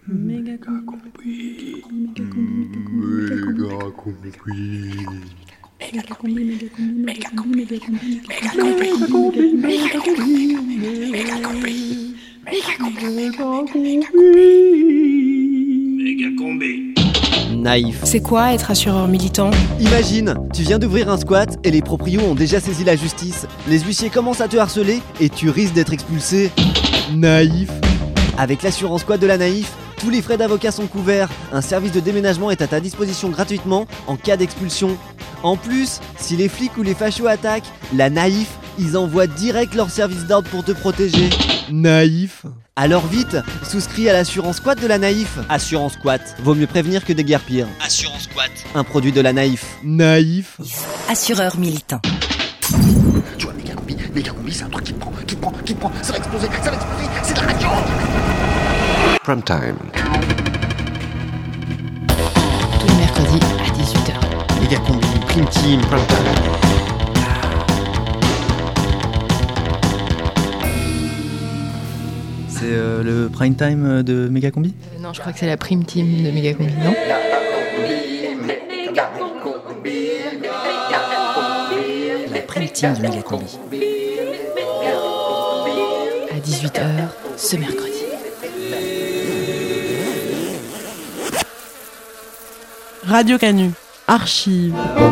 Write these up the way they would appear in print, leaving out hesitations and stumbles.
Méga combi. Naïf. C'est quoi être assureur militant ? Imagine, tu viens d'ouvrir un squat et les proprios ont déjà saisi la justice. Les huissiers commencent à te harceler et tu risques d'être expulsé. Naïf. Avec l'assurance squat de la Naïf, tous les frais d'avocat sont couverts. Un service de déménagement est à ta disposition gratuitement en cas d'expulsion. En plus, si les flics ou les fachos attaquent, la Naïf, ils envoient direct leur service d'ordre pour te protéger. Naïf. Alors vite, souscris à l'assurance squat de la Naïf. Assurance squat, vaut mieux prévenir que déguerpir. Assurance squat, un produit de la Naïf. Naïf. Assureur militant. Tu vois, méga combi, c'est un truc qui prend, ça va exploser, c'est de la radio. Prime time. Tous les mercredis à 18h. Méga combi, prime team, prime time. C'est le prime time de Méga Combi ? Non, je crois que c'est la prime team de Méga Combi, non ? La prime team de Méga Combi. À 18h, ce mercredi. Radio Canu. Archive.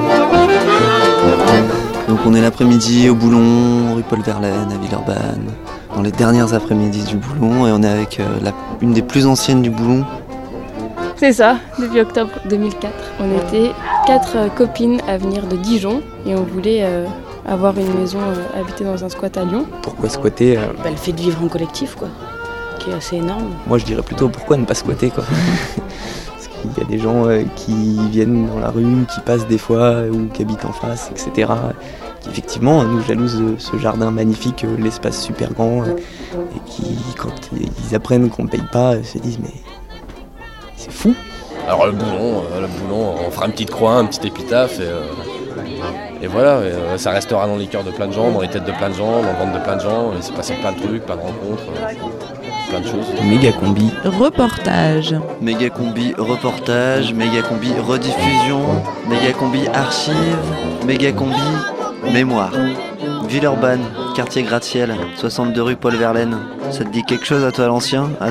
Donc on est l'après-midi au Boulon, rue Paul Verlaine, à Villeurbanne, dans les dernières après-midi du Boulon, et on est avec une des plus anciennes du Boulon. C'est ça, depuis octobre 2004. On était 4 copines à venir de Dijon et on voulait avoir une maison, habiter dans un squat à Lyon. Pourquoi squatter Le fait de vivre en collectif, quoi, qui est assez énorme. Moi je dirais plutôt pourquoi ne pas squatter, quoi. Parce qu'il y a des gens qui viennent dans la rue, qui passent des fois, ou qui habitent en face, etc. Qui effectivement nous jalousent de ce jardin magnifique, l'espace super grand, et qui, quand ils apprennent qu'on ne paye pas, se disent mais c'est fou. Alors le boulon, on fera une petite croix, un petit épitaphe et voilà, ça restera dans les cœurs de plein de gens, dans les têtes de plein de gens, dans le ventre de plein de gens, il s'est passé plein de trucs, plein de rencontres, plein de choses. Méga combi. Reportage. Méga combi reportage, méga combi rediffusion, méga combi archive, méga combi mémoire. Villeurbanne, quartier gratte-ciel, 62 rue Paul Verlaine. Ça te dit quelque chose à toi l'ancienne ?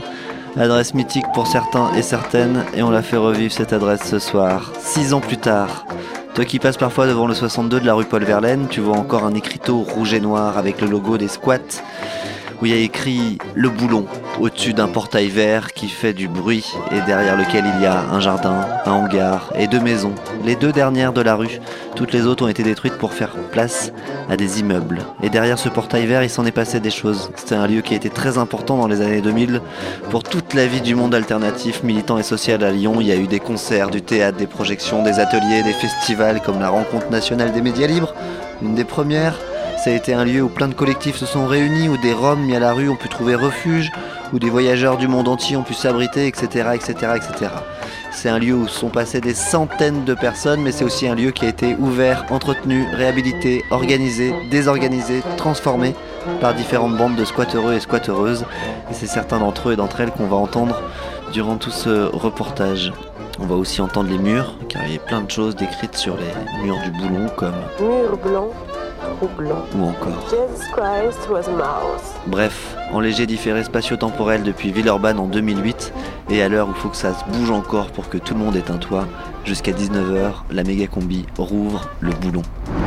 Adresse mythique pour certains et certaines, et on l'a fait revivre cette adresse ce soir, 6 ans plus tard. Toi qui passes parfois devant le 62 de la rue Paul Verlaine, tu vois encore un écriteau rouge et noir avec le logo des squats, où il y a écrit « Le Boulon » au-dessus d'un portail vert qui fait du bruit et derrière lequel il y a un jardin, un hangar et 2 maisons, les 2 dernières de la rue. Toutes les autres ont été détruites pour faire place à des immeubles. Et derrière ce portail vert, il s'en est passé des choses. C'était un lieu qui a été très important dans les années 2000 pour toute la vie du monde alternatif, militant et social à Lyon. Il y a eu des concerts, du théâtre, des projections, des ateliers, des festivals comme la Rencontre nationale des médias libres, une des premières. Ça a été un lieu où plein de collectifs se sont réunis, où des Roms mis à la rue ont pu trouver refuge, où des voyageurs du monde entier ont pu s'abriter, etc., etc., etc. C'est un lieu où sont passées des centaines de personnes, mais c'est aussi un lieu qui a été ouvert, entretenu, réhabilité, organisé, désorganisé, transformé par différentes bandes de squattereux et squatteuses. Et c'est certains d'entre eux et d'entre elles qu'on va entendre durant tout ce reportage. On va aussi entendre les murs, car il y a plein de choses décrites sur les murs du Boulon, comme mur blanc, troublant, ou encore Jesus Christ was a mouse. Bref, en léger différé spatio-temporel depuis Villeurbanne en 2008, et à l'heure où il faut que ça se bouge encore pour que tout le monde ait un toit, jusqu'à 19h, la méga combi rouvre le Boulon.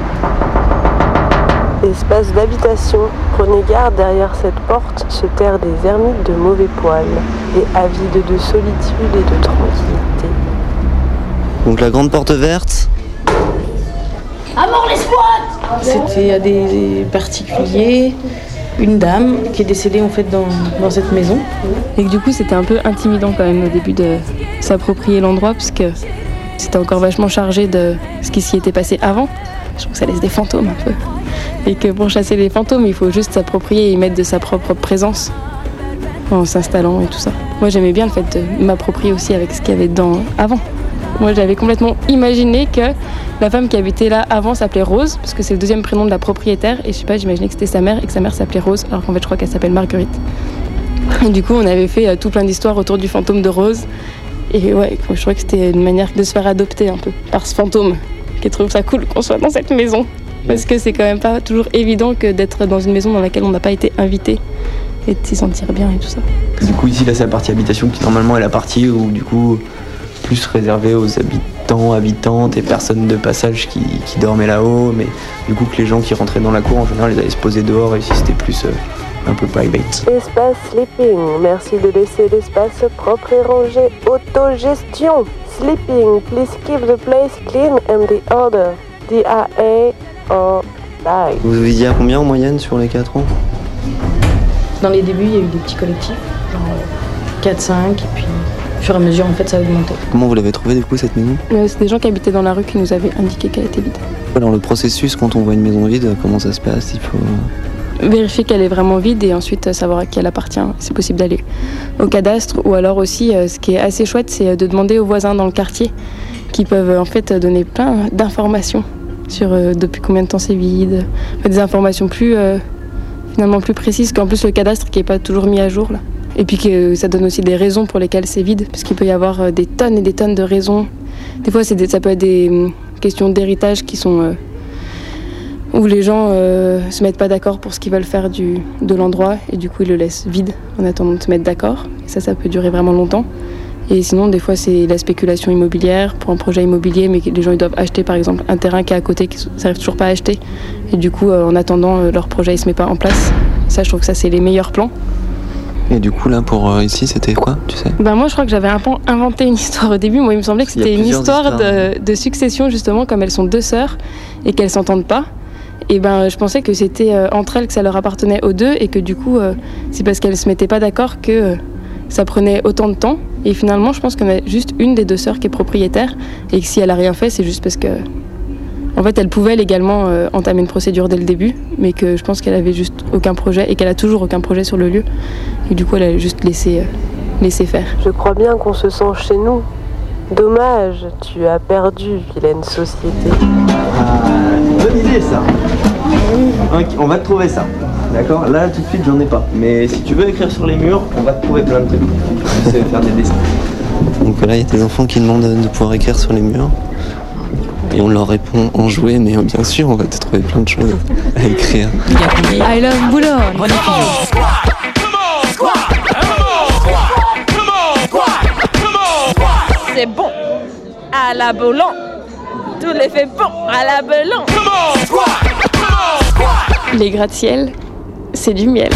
Espace d'habitation, prenez garde, derrière cette porte se terrent des ermites de mauvais poil, et avides de solitude et de tranquillité. Donc la grande porte verte. À mort les squats! C'était à des particuliers, une dame qui est décédée en fait dans cette maison. Et que du coup c'était un peu intimidant quand même au début de s'approprier l'endroit parce que c'était encore vachement chargé de ce qui s'y était passé avant. Je trouve que ça laisse des fantômes un peu. Et que pour chasser les fantômes, il faut juste s'approprier et y mettre de sa propre présence en s'installant et tout ça. Moi j'aimais bien le fait de m'approprier aussi avec ce qu'il y avait dedans avant. Moi j'avais complètement imaginé que la femme qui habitait là avant s'appelait Rose, parce que c'est le deuxième prénom de la propriétaire, et je sais pas, j'imaginais que c'était sa mère et que sa mère s'appelait Rose, alors qu'en fait je crois qu'elle s'appelle Marguerite. Et du coup, on avait fait tout plein d'histoires autour du fantôme de Rose. Et ouais, je trouvais que c'était une manière de se faire adopter un peu par ce fantôme, qui trouve ça cool qu'on soit dans cette maison. Parce que c'est quand même pas toujours évident que d'être dans une maison dans laquelle on n'a pas été invité et de s'y sentir bien et tout ça. Du coup, ici, là, c'est la partie habitation qui normalement est la partie où, du coup, plus réservée aux habitants, habitantes et personnes de passage qui dormaient là-haut. Mais du coup, que les gens qui rentraient dans la cour, en général, ils allaient se poser dehors et ici, c'était plus un peu private. Espace sleeping. Merci de laisser l'espace propre et rangé. Autogestion. Sleeping. Please keep the place clean and the order. DIA or die. Vous viviez à combien en moyenne sur les 4 ans? Dans les débuts, il y a eu des petits collectifs, genre 4-5, et puis au fur et à mesure, en fait, ça a augmenté. Comment vous l'avez trouvé du coup cette maison? C'est des gens qui habitaient dans la rue qui nous avaient indiqué qu'elle était vide. Dans le processus, quand on voit une maison vide, comment ça se passe? Il faut vérifier qu'elle est vraiment vide et ensuite savoir à qui elle appartient. C'est possible d'aller au cadastre ou alors aussi, ce qui est assez chouette, c'est de demander aux voisins dans le quartier qui peuvent en fait donner plein d'informations sur depuis combien de temps c'est vide, des informations finalement plus précises qu'en plus le cadastre qui n'est pas toujours mis à jour là. Et puis que ça donne aussi des raisons pour lesquelles c'est vide, parce qu'il peut y avoir des tonnes et des tonnes de raisons. Des fois ça peut être des questions d'héritage qui sont où les gens se mettent pas d'accord pour ce qu'ils veulent faire de l'endroit et du coup ils le laissent vide en attendant de se mettre d'accord. Et ça peut durer vraiment longtemps. Et sinon, des fois, c'est la spéculation immobilière pour un projet immobilier, mais les gens ils doivent acheter, par exemple, un terrain qui est à côté, qu'ils n'arrivent toujours pas à acheter. Et du coup, en attendant, leur projet, il se met pas en place. Ça, je trouve que ça, c'est les meilleurs plans. Et du coup, là, pour ici, c'était quoi, tu sais? Moi, je crois que j'avais un peu inventé une histoire au début. Moi, il me semblait que c'était une histoire de succession, justement, comme elles sont 2 sœurs et qu'elles s'entendent pas. Et je pensais que c'était entre elles que ça leur appartenait aux 2 et que du coup, c'est parce qu'elles se mettaient pas d'accord que ça prenait autant de temps. Et finalement, je pense qu'on a juste une des 2 sœurs qui est propriétaire et que si elle a rien fait, c'est juste parce que, en fait, elle pouvait légalement entamer une procédure dès le début, mais que je pense qu'elle avait juste aucun projet et qu'elle a toujours aucun projet sur le lieu. Et du coup, elle a juste laissé faire. Je crois bien qu'on se sent chez nous. Dommage, tu as perdu, vilaine société. Bonne idée, ça. Ok, on va te trouver ça. D'accord? Là, tout de suite, j'en ai pas. Mais si tu veux écrire sur les murs, on va te trouver plein de trucs. Tu sais faire des dessins. Donc là, il y a des enfants qui demandent de pouvoir écrire sur les murs. Et on leur répond en jouet, mais bien sûr, on va te trouver plein de choses à écrire. I love Boulogne. C'est bon à la Boulogne. Tout les fait bon à la Boulogne. Les gratte-ciel, c'est du miel.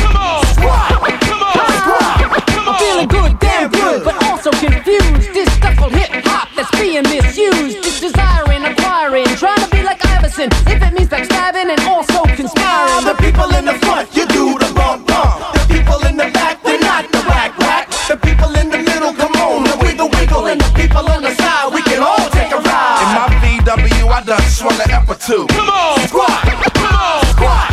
I'm feeling good, damn good, but also confused. This stuff called hip-hop that's being misused. Just desiring, acquiring, trying to be like Iverson. If it means backstabbing and also conspiring. The people in the front, you do the bump bump. The people in the back, they're not the whack whack. The people in the middle, come on, the wiggle wiggle. And the people on the side, we can all take a ride. In my VW, I done swung an ep or two. Come on, squat, come on, squat.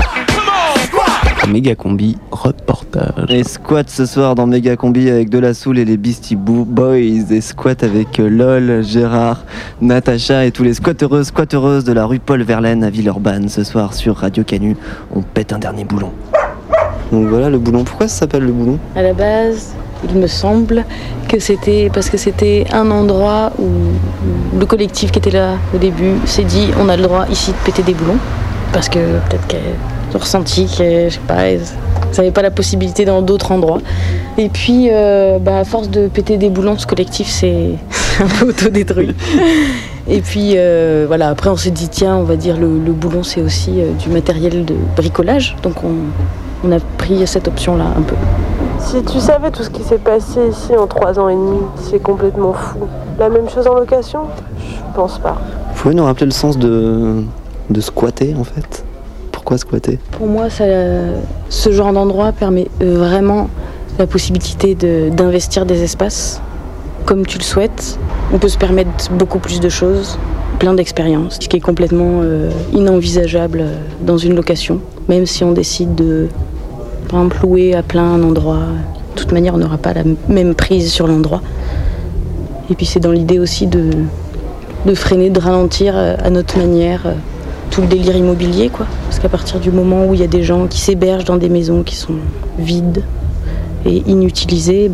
Méga Combi reportage. Et squat ce soir dans Méga Combi avec De La Soul et les Beastie Boys. Et squat avec LOL, Gérard, Natacha et tous les squatteuses de la rue Paul Verlaine à Villeurbanne. Ce soir sur Radio Canu, on pète un dernier boulon. Donc voilà le boulon. Pourquoi ça s'appelle le boulon? À la base, il me semble que c'était parce que c'était un endroit où le collectif qui était là au début s'est dit on a le droit ici de péter des boulons. Parce que peut-être qu'elles ont ressenti que, je sais pas, elles n'avaient pas la possibilité dans d'autres endroits. Et puis, à force de péter des boulons, ce collectif s'est un peu autodétruit. Et puis, voilà, après on s'est dit, tiens, on va dire le boulon, c'est aussi du matériel de bricolage. Donc on a pris cette option-là un peu. Si tu savais tout ce qui s'est passé ici en 3 ans et demi, c'est complètement fou. La même chose en location? Je pense pas. Vous pouvez nous rappeler le sens de squatter en fait? Pourquoi squatter? Pour moi, ce genre d'endroit permet vraiment la possibilité d'investir des espaces comme tu le souhaites. On peut se permettre beaucoup plus de choses, plein d'expériences, ce qui est complètement inenvisageable dans une location. Même si on décide de, par exemple, louer à plein un endroit, de toute manière, on n'aura pas la même prise sur l'endroit. Et puis c'est dans l'idée aussi de freiner, de ralentir à notre manière tout le délire immobilier, quoi. Parce qu'à partir du moment où il y a des gens qui s'hébergent dans des maisons qui sont vides et inutilisé,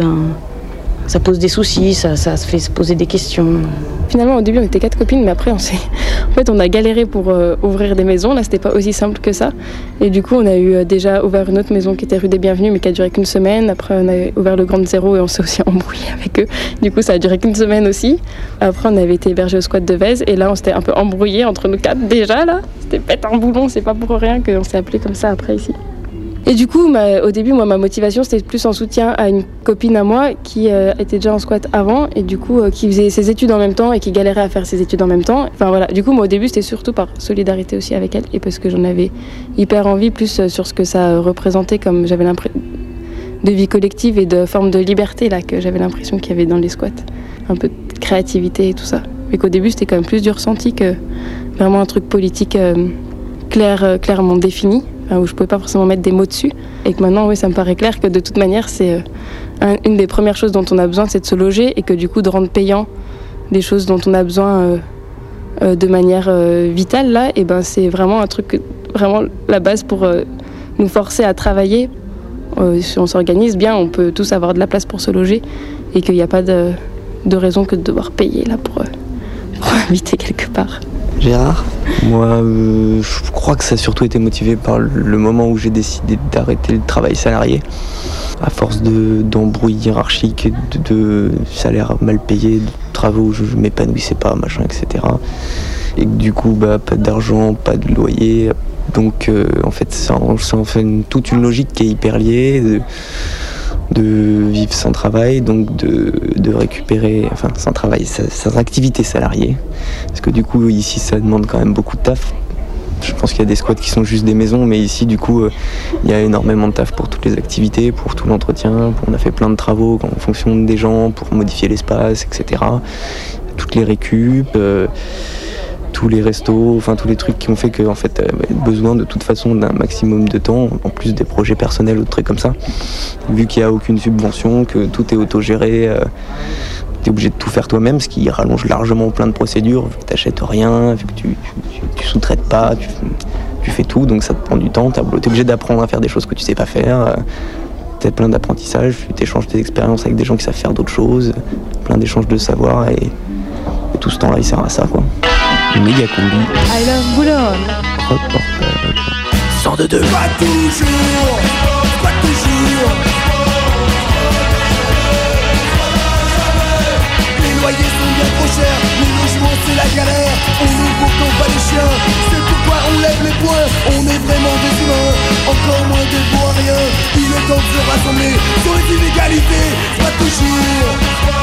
ça pose des soucis, ça se fait se poser des questions. Finalement, au début, on était 4 copines, mais après, on a galéré pour ouvrir des maisons. Là, c'était pas aussi simple que ça. Et du coup, on a eu déjà ouvert une autre maison qui était rue des Bienvenus, mais qui a duré qu'une semaine. Après, on a ouvert le Grand Zéro et on s'est aussi embrouillé avec eux. Du coup, ça a duré qu'une semaine aussi. Après, on avait été hébergés au squat de Vèze. Et là, on s'était un peu embrouillés entre nous 4 déjà, là. C'était pète un boulon, c'est pas pour rien qu'on s'est appelé comme ça après ici. Et du coup, au début, ma motivation, c'était plus en soutien à une copine à moi qui était déjà en squat avant et du coup, qui faisait ses études en même temps et qui galérait à faire ses études en même temps. Enfin voilà, du coup, moi au début, c'était surtout par solidarité aussi avec elle et parce que j'en avais hyper envie, plus sur ce que ça représentait, comme j'avais l'impression de vie collective et de forme de liberté là que j'avais l'impression qu'il y avait dans les squats. Un peu de créativité et tout ça. Mais qu'au début, c'était quand même plus du ressenti que vraiment un truc politique clairement défini. Où je ne pouvais pas forcément mettre des mots dessus. Et que maintenant, oui, ça me paraît clair que de toute manière, c'est une des premières choses dont on a besoin, c'est de se loger et que du coup, de rendre payant des choses dont on a besoin de manière vitale, là, et c'est vraiment un truc, vraiment la base pour nous forcer à travailler. Si on s'organise bien, on peut tous avoir de la place pour se loger et qu'il n'y a pas de raison que de devoir payer là pour habiter quelque part. Gérard ? Moi, je crois que ça a surtout été motivé par le moment où j'ai décidé d'arrêter le travail salarié. À force d'embrouilles hiérarchiques, de salaires mal payés, de travaux où je ne m'épanouissais pas, machin, etc. Et du coup, pas d'argent, pas de loyer. Donc, en fait, ça en fait toute une logique qui est hyper liée. De vivre sans travail, donc de récupérer, sans travail, sa activité salariée. Parce que du coup, ici, ça demande quand même beaucoup de taf. Je pense qu'il y a des squats qui sont juste des maisons, mais ici, du coup, il y a énormément de taf pour toutes les activités, pour tout l'entretien. On a fait plein de travaux en fonction des gens, pour modifier l'espace, etc. Toutes les récup, tous les restos, tous les trucs qui ont fait qu'en fait, besoin de toute façon d'un maximum de temps, en plus des projets personnels ou des trucs comme ça. Vu qu'il n'y a aucune subvention, que tout est autogéré, tu es obligé de tout faire toi-même, ce qui rallonge largement plein de procédures, vu que tu n'achètes rien, vu que tu sous-traites pas, tu fais tout, donc ça te prend du temps, tu es obligé d'apprendre à faire des choses que tu sais pas faire. Tu as plein d'apprentissages, tu t'échanges tes expériences avec des gens qui savent faire d'autres choses, plein d'échanges de savoir, et tout ce temps-là, il sert à ça, quoi. Méga combi. I love Boulogne. Reportage. 102. Pas toujours. Les loyers sont bien trop chers, les logements c'est la galère. On est pourtant pas des chiens, c'est pourquoi on lève les poings. On est vraiment des humains, encore moins des beaux à rien. Il est temps de se rassembler sur les inégalités. Pas toujours.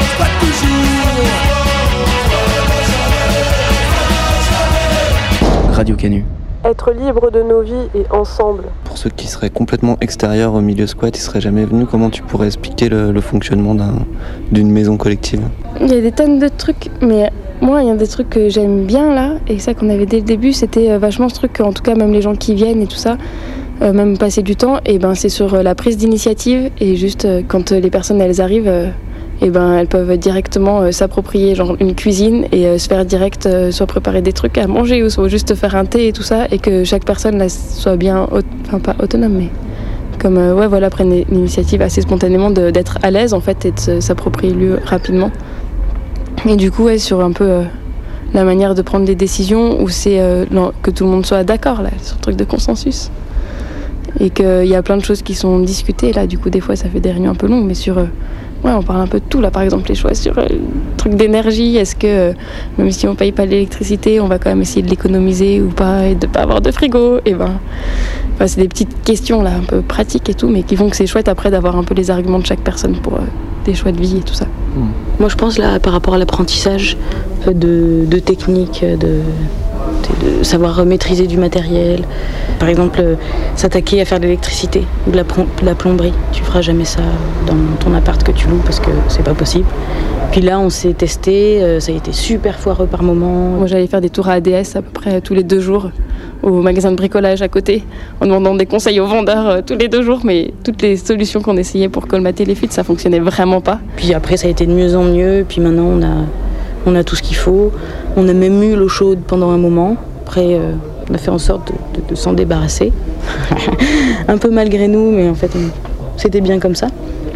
Radio Canu. Être libre de nos vies et ensemble. Pour ceux qui seraient complètement extérieurs au milieu squat, ils seraient jamais venus, comment tu pourrais expliquer le fonctionnement d'une maison collective ? Il y a des tonnes de trucs, mais moi, il y a des trucs que j'aime bien là, et ça qu'on avait dès le début, c'était vachement ce truc, en tout cas même les gens qui viennent et tout ça, même passer du temps, et c'est sur la prise d'initiative, et juste quand les personnes elles arrivent, elles peuvent directement s'approprier genre une cuisine et se faire direct soit préparer des trucs à manger ou soit juste faire un thé et tout ça, et que chaque personne là, soit bien, pas autonome, mais comme prenne l'initiative assez spontanément d'être à l'aise en fait et de s'approprier le lieu rapidement. Et du coup sur un peu la manière de prendre des décisions où c'est que tout le monde soit d'accord là, sur le truc de consensus. Et qu'il y a plein de choses qui sont discutées là, du coup des fois ça fait des réunions un peu longues, mais sur on parle un peu de tout là, par exemple les choix sur le truc d'énergie, est-ce que même si on paye pas l'électricité, on va quand même essayer de l'économiser ou pas, et de pas avoir de frigo, c'est des petites questions là un peu pratiques et tout, mais qui font que c'est chouette après d'avoir un peu les arguments de chaque personne pour des choix de vie et tout ça. Moi je pense là par rapport à l'apprentissage de techniques, de savoir maîtriser du matériel. Par exemple, s'attaquer à faire de l'électricité ou de la plomberie. Tu feras jamais ça dans ton appart que tu loues parce que c'est pas possible. Puis là, on s'est testé, ça a été super foireux par moment. Moi, j'allais faire des tours à ADS à peu près tous les 2 jours au magasin de bricolage à côté, en demandant des conseils aux vendeurs tous les 2 jours, mais toutes les solutions qu'on essayait pour colmater les fuites, ça fonctionnait vraiment pas. Puis après, ça a été de mieux en mieux, puis maintenant, on a tout ce qu'il faut. On a même eu l'eau chaude pendant un moment. Après, on a fait en sorte de s'en débarrasser. Un peu malgré nous, mais en fait, c'était bien comme ça.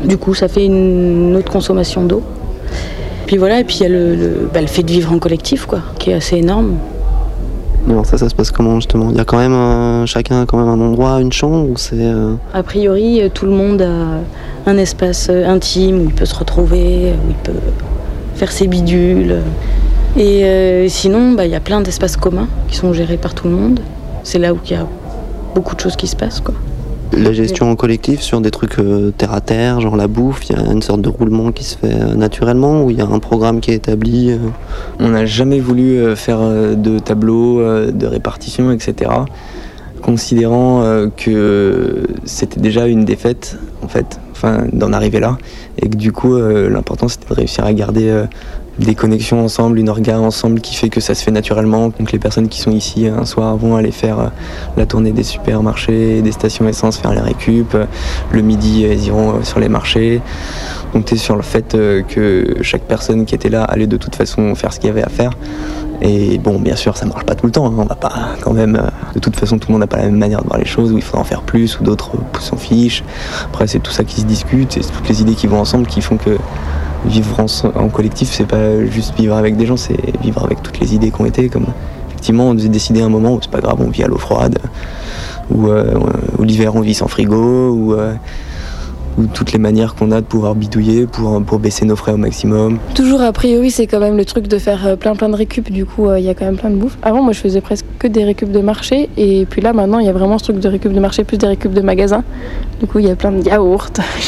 Du coup, ça fait une autre consommation d'eau. Puis voilà, et puis il y a le fait de vivre en collectif, quoi, qui est assez énorme. Alors ça se passe comment justement ? Il y a quand même chacun a quand même un endroit, une chambre ou c'est A priori, tout le monde a un espace intime où il peut se retrouver, où il peut faire ses bidules. Et sinon, il y a plein d'espaces communs qui sont gérés par tout le monde. C'est là où il y a beaucoup de choses qui se passent, quoi. La gestion en collectif sur des trucs terre à terre, genre la bouffe, il y a une sorte de roulement qui se fait naturellement ou il y a un programme qui est établi On n'a jamais voulu faire de tableau, de répartition, etc. Considérant que c'était déjà une défaite, en fait, d'en arriver là. Et que du coup, l'important c'était de réussir à garder des connexions ensemble, une orga ensemble qui fait que ça se fait naturellement. Donc les personnes qui sont ici un soir vont aller faire la tournée des supermarchés, des stations essence, faire les récup. Le midi, ils iront sur les marchés. On était sur le fait que chaque personne qui était là allait de toute façon faire ce qu'il y avait à faire. Et bon, bien sûr, ça marche pas tout le temps. On va pas quand même. De toute façon, tout le monde n'a pas la même manière de voir les choses, où il faudra en faire plus, ou d'autres s'en fichent. Après, c'est tout ça qui se discute, et c'est toutes les idées qui vont ensemble qui font que vivre en collectif, c'est pas juste vivre avec des gens, c'est vivre avec toutes les idées qui ont été. Comme effectivement, on devait décider un moment où c'est pas grave, on vit à l'eau froide, ou l'hiver on vit sans frigo, ou toutes les manières qu'on a de pouvoir bidouiller pour baisser nos frais au maximum. Toujours a priori, c'est quand même le truc de faire plein de récup, du coup il y a quand même plein de bouffe. Avant moi je faisais presque que des récup de marché, et puis là maintenant il y a vraiment ce truc de récup de marché plus des récup de magasin. Du coup il y a plein de yaourts,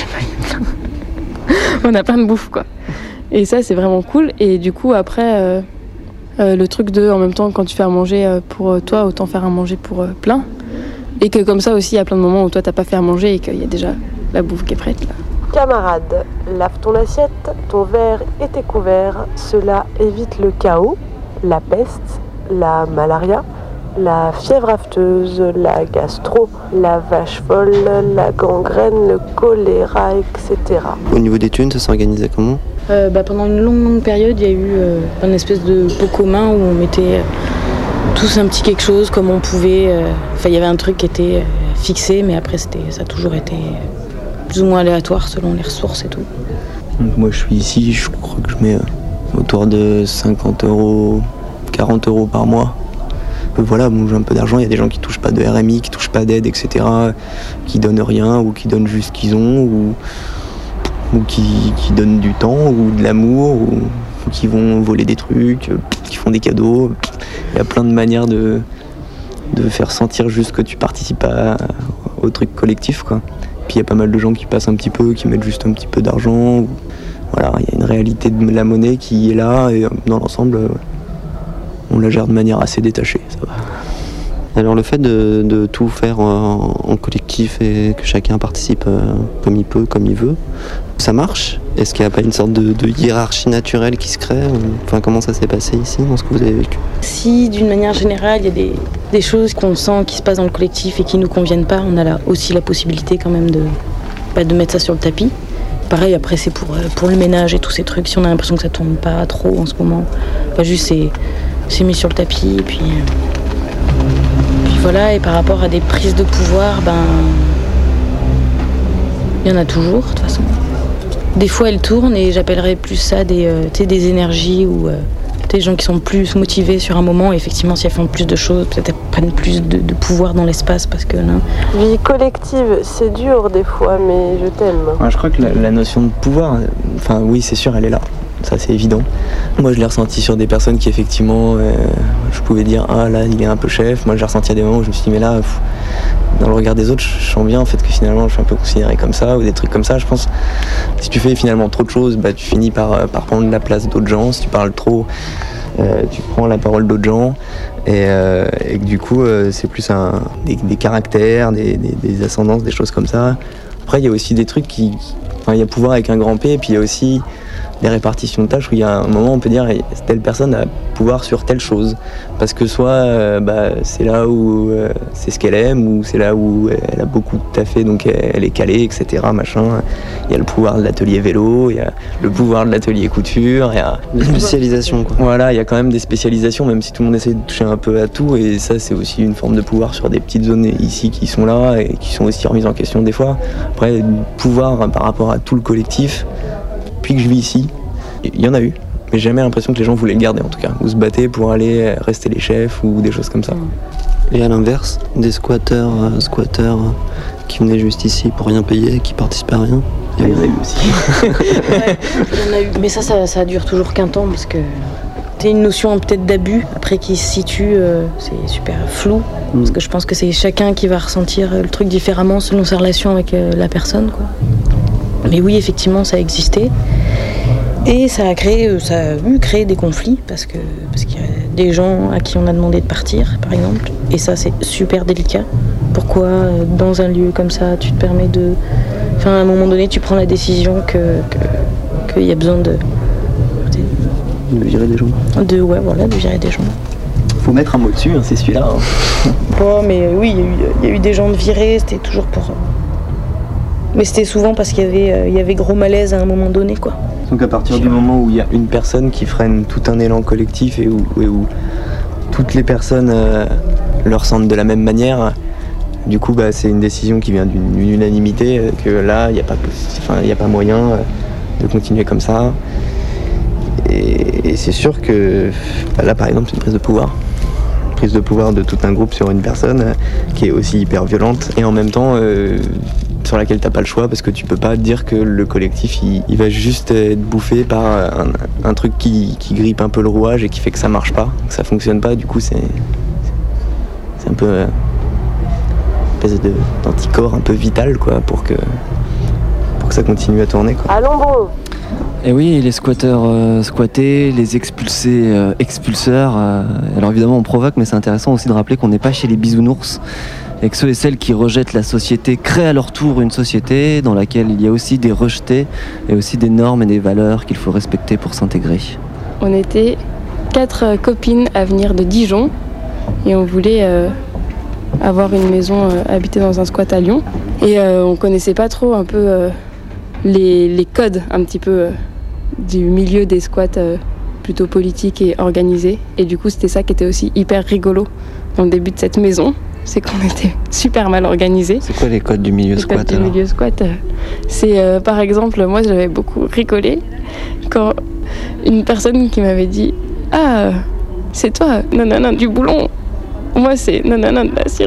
on a plein de bouffe, quoi. Et ça c'est vraiment cool. Et du coup après le truc de en même temps quand tu fais à manger pour toi, autant faire à manger pour plein. Et que comme ça aussi il y a plein de moments où toi t'as pas fait à manger et qu'il y a déjà la bouffe qui est prête là. Camarade, lave ton assiette, ton verre et tes couverts. Cela évite le chaos, la peste, la malaria, la fièvre afteuse, la gastro, la vache folle, la gangrène, le choléra, etc. Au niveau des thunes, ça s'organisait comment ? Pendant une longue période, il y a eu une espèce de pot commun où on mettait tous un petit quelque chose comme on pouvait. Il y avait un truc qui était fixé, mais après ça a toujours été plus ou moins aléatoire selon les ressources et tout. Donc moi je suis ici, je crois que je mets autour de 50 €, 40 € par mois. Voilà, bon, j'ai un peu d'argent, il y a des gens qui touchent pas de RMI, qui touchent pas d'aide, etc., qui donnent rien, ou qui donnent juste ce qu'ils ont, ou qui donnent du temps, ou de l'amour, ou qui vont voler des trucs, qui font des cadeaux. Il y a plein de manières de faire sentir juste que tu participes au truc collectif, quoi. Puis il y a pas mal de gens qui passent un petit peu, qui mettent juste un petit peu d'argent. Voilà, il y a une réalité de la monnaie qui est là, et dans l'ensemble, on la gère de manière assez détachée, ça va. Alors le fait de tout faire en collectif et que chacun participe comme il peut, comme il veut, ça marche ? Est-ce qu'il n'y a pas une sorte de hiérarchie naturelle qui se crée ? Enfin, comment ça s'est passé ici, dans ce que vous avez vécu ? Si, d'une manière générale, il y a des choses qu'on sent qui se passent dans le collectif et qui ne nous conviennent pas, on a aussi la possibilité quand même de mettre ça sur le tapis. Pareil, après, c'est pour le ménage et tous ces trucs. Si on a l'impression que ça tourne pas trop en ce moment, juste c'est mis sur le tapis, et puis voilà. Et par rapport à des prises de pouvoir, il y en a toujours, de toute façon. Des fois, elles tournent, et j'appellerais plus ça des énergies ou des gens qui sont plus motivés sur un moment. Et effectivement, si elles font plus de choses, peut-être elles prennent plus de pouvoir dans l'espace, parce que là... Vie collective, c'est dur des fois, mais je t'aime. Ouais, je crois que la notion de pouvoir, oui, c'est sûr, elle est là. Ça, c'est évident. Moi, je l'ai ressenti sur des personnes qui, effectivement, je pouvais dire, ah là, il est un peu chef. Moi, j'ai ressenti à des moments où je me suis dit, mais là, dans le regard des autres, je sens bien en fait que finalement, je suis un peu considéré comme ça, ou des trucs comme ça. Je pense, si tu fais finalement trop de choses, tu finis par prendre la place d'autres gens. Si tu parles trop, tu prends la parole d'autres gens. Et que du coup, c'est plus des caractères, des ascendances, des choses comme ça. Après, il y a aussi des trucs il y a pouvoir avec un grand P, et puis il y a aussi des répartitions de tâches où il y a un moment on peut dire telle personne a pouvoir sur telle chose parce que soit c'est là où c'est ce qu'elle aime ou c'est là où elle a beaucoup taffé donc elle est calée, etc. machin. Il y a le pouvoir de l'atelier vélo, il y a le pouvoir de l'atelier couture, il y a des spécialisations quoi. Voilà, il y a quand même des spécialisations même si tout le monde essaie de toucher un peu à tout et ça c'est aussi une forme de pouvoir sur des petites zones ici qui sont là et qui sont aussi remises en question des fois. Après pouvoir par rapport à tout le collectif depuis que je vis ici, il y en a eu. Mais j'ai jamais l'impression que les gens voulaient le garder en tout cas, ou se battaient pour aller rester les chefs ou des choses comme ça. Et à l'inverse, des squatteurs qui venaient juste ici pour rien payer, qui participaient à rien. Il y en a eu aussi. Ouais, il y en a eu. Mais ça dure toujours qu'un temps parce que c'est une notion peut-être d'abus après qui se situe, c'est super flou. Parce que je pense que c'est chacun qui va ressentir le truc différemment selon sa relation avec la personne, quoi. Mais oui, effectivement, ça a existé. Et ça a créé des conflits parce qu'il y a des gens à qui on a demandé de partir, par exemple. Et ça, c'est super délicat. Pourquoi, dans un lieu comme ça, tu te permets de... Enfin, à un moment donné, tu prends la décision qu'il y a besoin de virer des gens. De virer des gens. Faut mettre un mot dessus, hein, c'est celui-là. Hein. Bon, mais oui, il y a eu des gens de virés, c'était toujours pour... Mais c'était souvent parce qu'il y avait gros malaise à un moment donné, quoi. Donc à partir du moment où il y a une personne qui freine tout un élan collectif et où toutes les personnes le ressentent de la même manière, du coup c'est une décision qui vient d'une unanimité, que là il n'y a pas moyen de continuer comme ça. Et c'est sûr que là par exemple c'est une prise de pouvoir. Prise de pouvoir de tout un groupe sur une personne qui est aussi hyper violente et en même temps sur laquelle t'as pas le choix parce que tu peux pas dire que le collectif il va juste être bouffé par un truc qui grippe un peu le rouage et qui fait que ça marche pas, que ça fonctionne pas. Du coup c'est un peu une espèce d'anticorps un peu vital quoi pour que ça continue à tourner quoi. Allons bon. Et oui, les squatteurs squattés, les expulsés expulseurs. Alors évidemment on provoque, mais c'est intéressant aussi de rappeler qu'on n'est pas chez les bisounours et que ceux et celles qui rejettent la société créent à leur tour une société dans laquelle il y a aussi des rejetés et aussi des normes et des valeurs qu'il faut respecter pour s'intégrer. On était 4 copines à venir de Dijon et on voulait avoir une maison, habiter dans un squat à Lyon. Et on connaissait pas trop un peu les codes un petit peu du milieu des squats plutôt politiques et organisés. Et du coup c'était ça qui était aussi hyper rigolo dans le début de cette maison. C'est qu'on était super mal organisés. C'est quoi les codes du milieu squat alors ? Les codes du milieu squat, c'est par exemple, moi j'avais beaucoup rigolé quand une personne qui m'avait dit « Ah, c'est toi, nanana du Boulon. Moi c'est nanana de la Syrie. »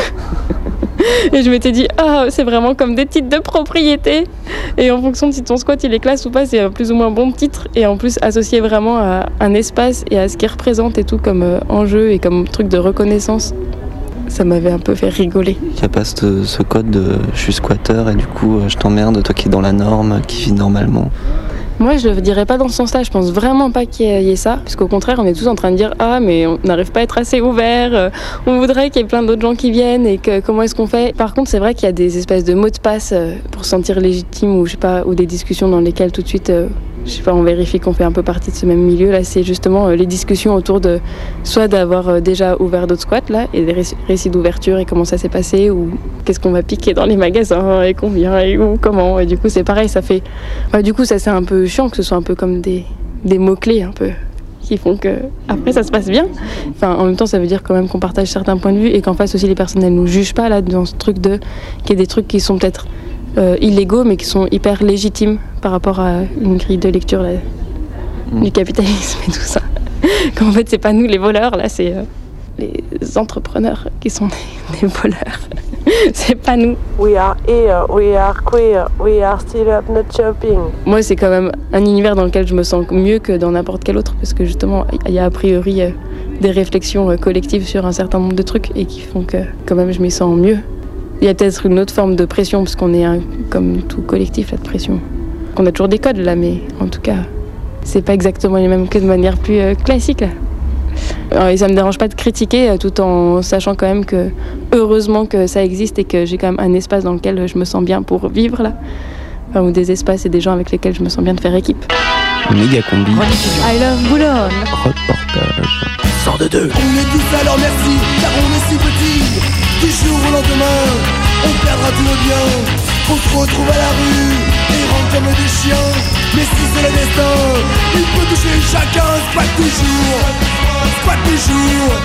Et je m'étais dit « Ah, c'est vraiment comme des titres de propriété. » Et en fonction de si ton squat il est classe ou pas, c'est plus ou moins bon titre. Et en plus associé vraiment à un espace et à ce qu'il représente et tout comme enjeu et comme truc de reconnaissance. Ça m'avait un peu fait rigoler. Il n'y a pas ce code de je suis squatteur et du coup je t'emmerde, toi qui es dans la norme, qui vis normalement. Moi je le dirais pas dans ce sens-là, je pense vraiment pas qu'il y ait ça, parce qu'au contraire on est tous en train de dire ah mais on n'arrive pas à être assez ouvert, on voudrait qu'il y ait plein d'autres gens qui viennent et que comment est-ce qu'on fait. Par contre c'est vrai qu'il y a des espèces de mots de passe pour se sentir légitime ou je sais pas, ou des discussions dans lesquelles tout de suite je sais pas, on vérifie qu'on fait un peu partie de ce même milieu. Là, c'est justement les discussions autour de soit d'avoir déjà ouvert d'autres squats là et des récits d'ouverture et comment ça s'est passé ou qu'est-ce qu'on va piquer dans les magasins et combien et où, comment. Et du coup, c'est pareil, ça fait. Du coup, ça c'est un peu chiant que ce soit un peu comme des mots-clés un peu qui font que après ça se passe bien. Enfin, en même temps, ça veut dire quand même qu'on partage certains points de vue et qu'en face aussi les personnes elles nous jugent pas là dans ce truc de qu'il y a des trucs qui sont peut-être illégaux mais qui sont hyper légitimes par rapport à une grille de lecture là, du capitalisme et tout ça. Qu'en fait c'est pas nous les voleurs là, c'est les entrepreneurs qui sont des voleurs. C'est pas nous. We are here, we are queer, we are still up not shopping. Moi c'est quand même un univers dans lequel je me sens mieux que dans n'importe quel autre parce que justement il y a a priori des réflexions collectives sur un certain nombre de trucs et qui font que quand même je m'y sens mieux. Il y a peut-être une autre forme de pression, parce qu'on est comme tout collectif, là, de pression. On a toujours des codes, là, mais en tout cas, c'est pas exactement les mêmes que de manière plus classique, là. Alors, et ça me dérange pas de critiquer, tout en sachant quand même que, heureusement que ça existe et que j'ai quand même un espace dans lequel je me sens bien pour vivre, là. Enfin, ou des espaces et des gens avec lesquels je me sens bien de faire équipe. Mégacombi. I love Boulogne. Reportage. 102. On est tous à leur merci, car on est si petits. Du jour au lendemain, on perdra tous nos biens. On se retrouve à la rue, errant comme des chiens. Mais si c'est le destin, il peut toucher chacun. Squat toujours, squat toujours.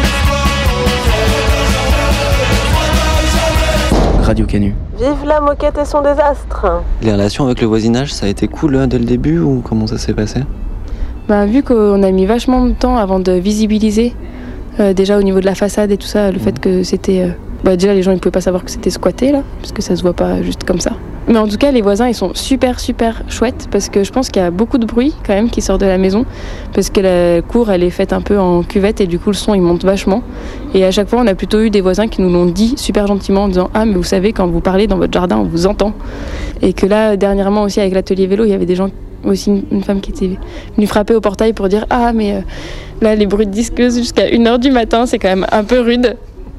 Radio Canu. Vive la moquette et son désastre. Les relations avec le voisinage, ça a été cool dès le début ou comment ça s'est passé? Vu qu'on a mis vachement de temps avant de visibiliser, déjà au niveau de la façade et tout ça, le fait que c'était... déjà les gens ils pouvaient pas savoir que c'était squatté là, parce que ça se voit pas juste comme ça. Mais en tout cas les voisins ils sont super chouettes, parce que je pense qu'il y a beaucoup de bruit quand même qui sort de la maison, parce que la cour elle est faite un peu en cuvette et du coup le son il monte vachement. Et à chaque fois on a plutôt eu des voisins qui nous l'ont dit super gentiment en disant « Ah mais vous savez quand vous parlez dans votre jardin on vous entend ». Et que là dernièrement aussi avec l'atelier vélo il y avait des gens, aussi une femme qui était venue frapper au portail pour dire « Ah mais là les bruits de disqueuse jusqu'à 1h du matin c'est quand même un peu rude ».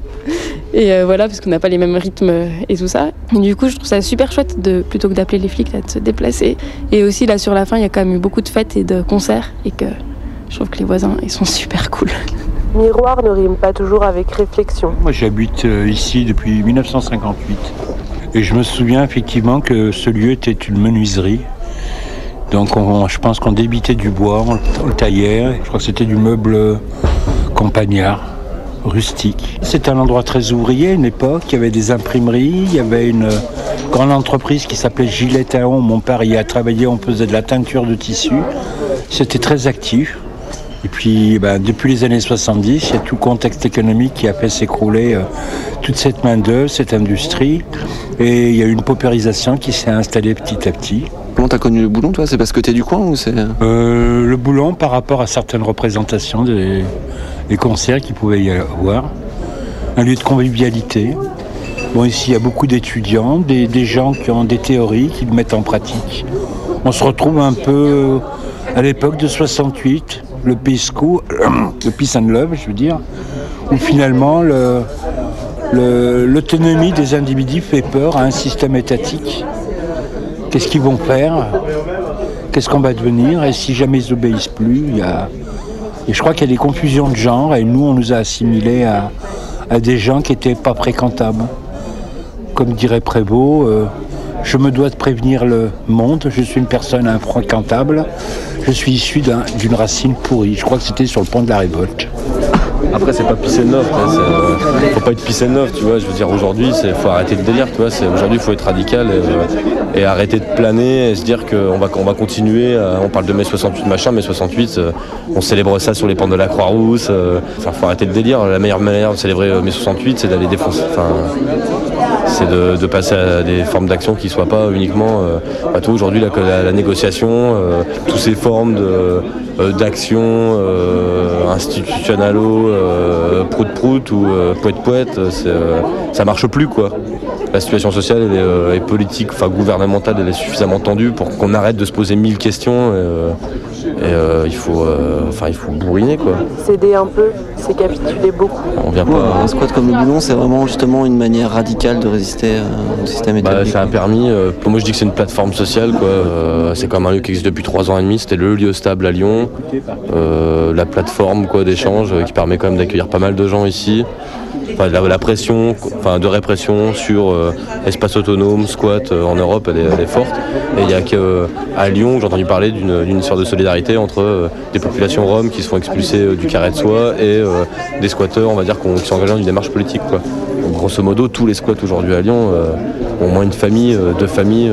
Et voilà, parce qu'on n'a pas les mêmes rythmes et tout ça. Et du coup, je trouve ça super chouette, plutôt que d'appeler les flics, là, de se déplacer. Et aussi, là, sur la fin, il y a quand même eu beaucoup de fêtes et de concerts. Et que je trouve que les voisins, ils sont super cool. Miroir ne rime pas toujours avec réflexion. Moi, j'habite ici depuis 1958. Et je me souviens effectivement que ce lieu était une menuiserie. Donc, je pense qu'on débitait du bois, on le taillait. Je crois que c'était du meuble campagnard. Rustique. C'était un endroit très ouvrier, une époque, il y avait des imprimeries, il y avait une grande entreprise qui s'appelait Gillette à On. Mon père y a travaillé, on faisait de la teinture de tissu. C'était très actif. Et puis, depuis les années 70, il y a tout le contexte économique qui a fait s'écrouler toute cette main-d'œuvre, cette industrie. Et il y a eu une paupérisation qui s'est installée petit à petit. Comment t'as connu le Boulon, toi? C'est parce que t'es du coin ou c'est... Le Boulon, par rapport à certaines représentations des concerts qu'il pouvait y avoir. Un lieu de convivialité. Bon, ici, il y a beaucoup d'étudiants, des gens qui ont des théories, qui le mettent en pratique. On se retrouve un peu à l'époque de 68, le Peace and Love, je veux dire, où finalement l'autonomie des individus fait peur à un système étatique. Qu'est-ce qu'ils vont faire? Qu'est-ce qu'on va devenir? Et si jamais ils obéissent plus, et je crois qu'il y a des confusions de genre, et nous, on nous a assimilés à des gens qui n'étaient pas fréquentables. Comme dirait Prévost, je me dois de prévenir le monde, je suis une personne infréquentable, je suis issu d'une racine pourrie. Je crois que c'était sur le pont de la Révolte. Après, c'est pas peace and love, faut pas être peace and love, tu vois. Je veux dire, aujourd'hui, faut arrêter le délire, tu vois. Aujourd'hui, il faut être radical et arrêter de planer et se dire qu'on va continuer. On parle de mai 68, machin, mai 68, on célèbre ça sur les pentes de la Croix-Rousse. Faut arrêter le délire. La meilleure manière de célébrer mai 68, c'est d'aller défoncer. C'est de passer à des formes d'action qui soient pas uniquement. Toi, aujourd'hui, la négociation, toutes ces formes d'action institutionnalo, prout-prout ou poète-poète, ça marche plus, quoi. La situation sociale et politique, gouvernementale, elle est suffisamment tendue pour qu'on arrête de se poser 1000 questions et il faut bourriner, quoi. Céder un peu, c'est capituler beaucoup. On vient pas. Un squat comme le Boulon, c'est vraiment justement une manière radicale de résister au système établi. Ça a permis, moi je dis que c'est une plateforme sociale, quoi. C'est comme un lieu qui existe depuis 3 ans et demi, c'était le lieu stable à Lyon, la plateforme d'échange qui permet quand même d'accueillir pas mal de gens ici. La pression de répression sur espace autonome, squat en Europe, elle est forte. Et il n'y a qu'à Lyon, j'ai entendu parler d'une histoire de solidarité entre des populations roms qui se font expulser du carré de soie et des squatteurs, on va dire, qui sont engagés dans une démarche politique, quoi. Donc, grosso modo, tous les squats aujourd'hui à Lyon ont au moins une famille, 2 familles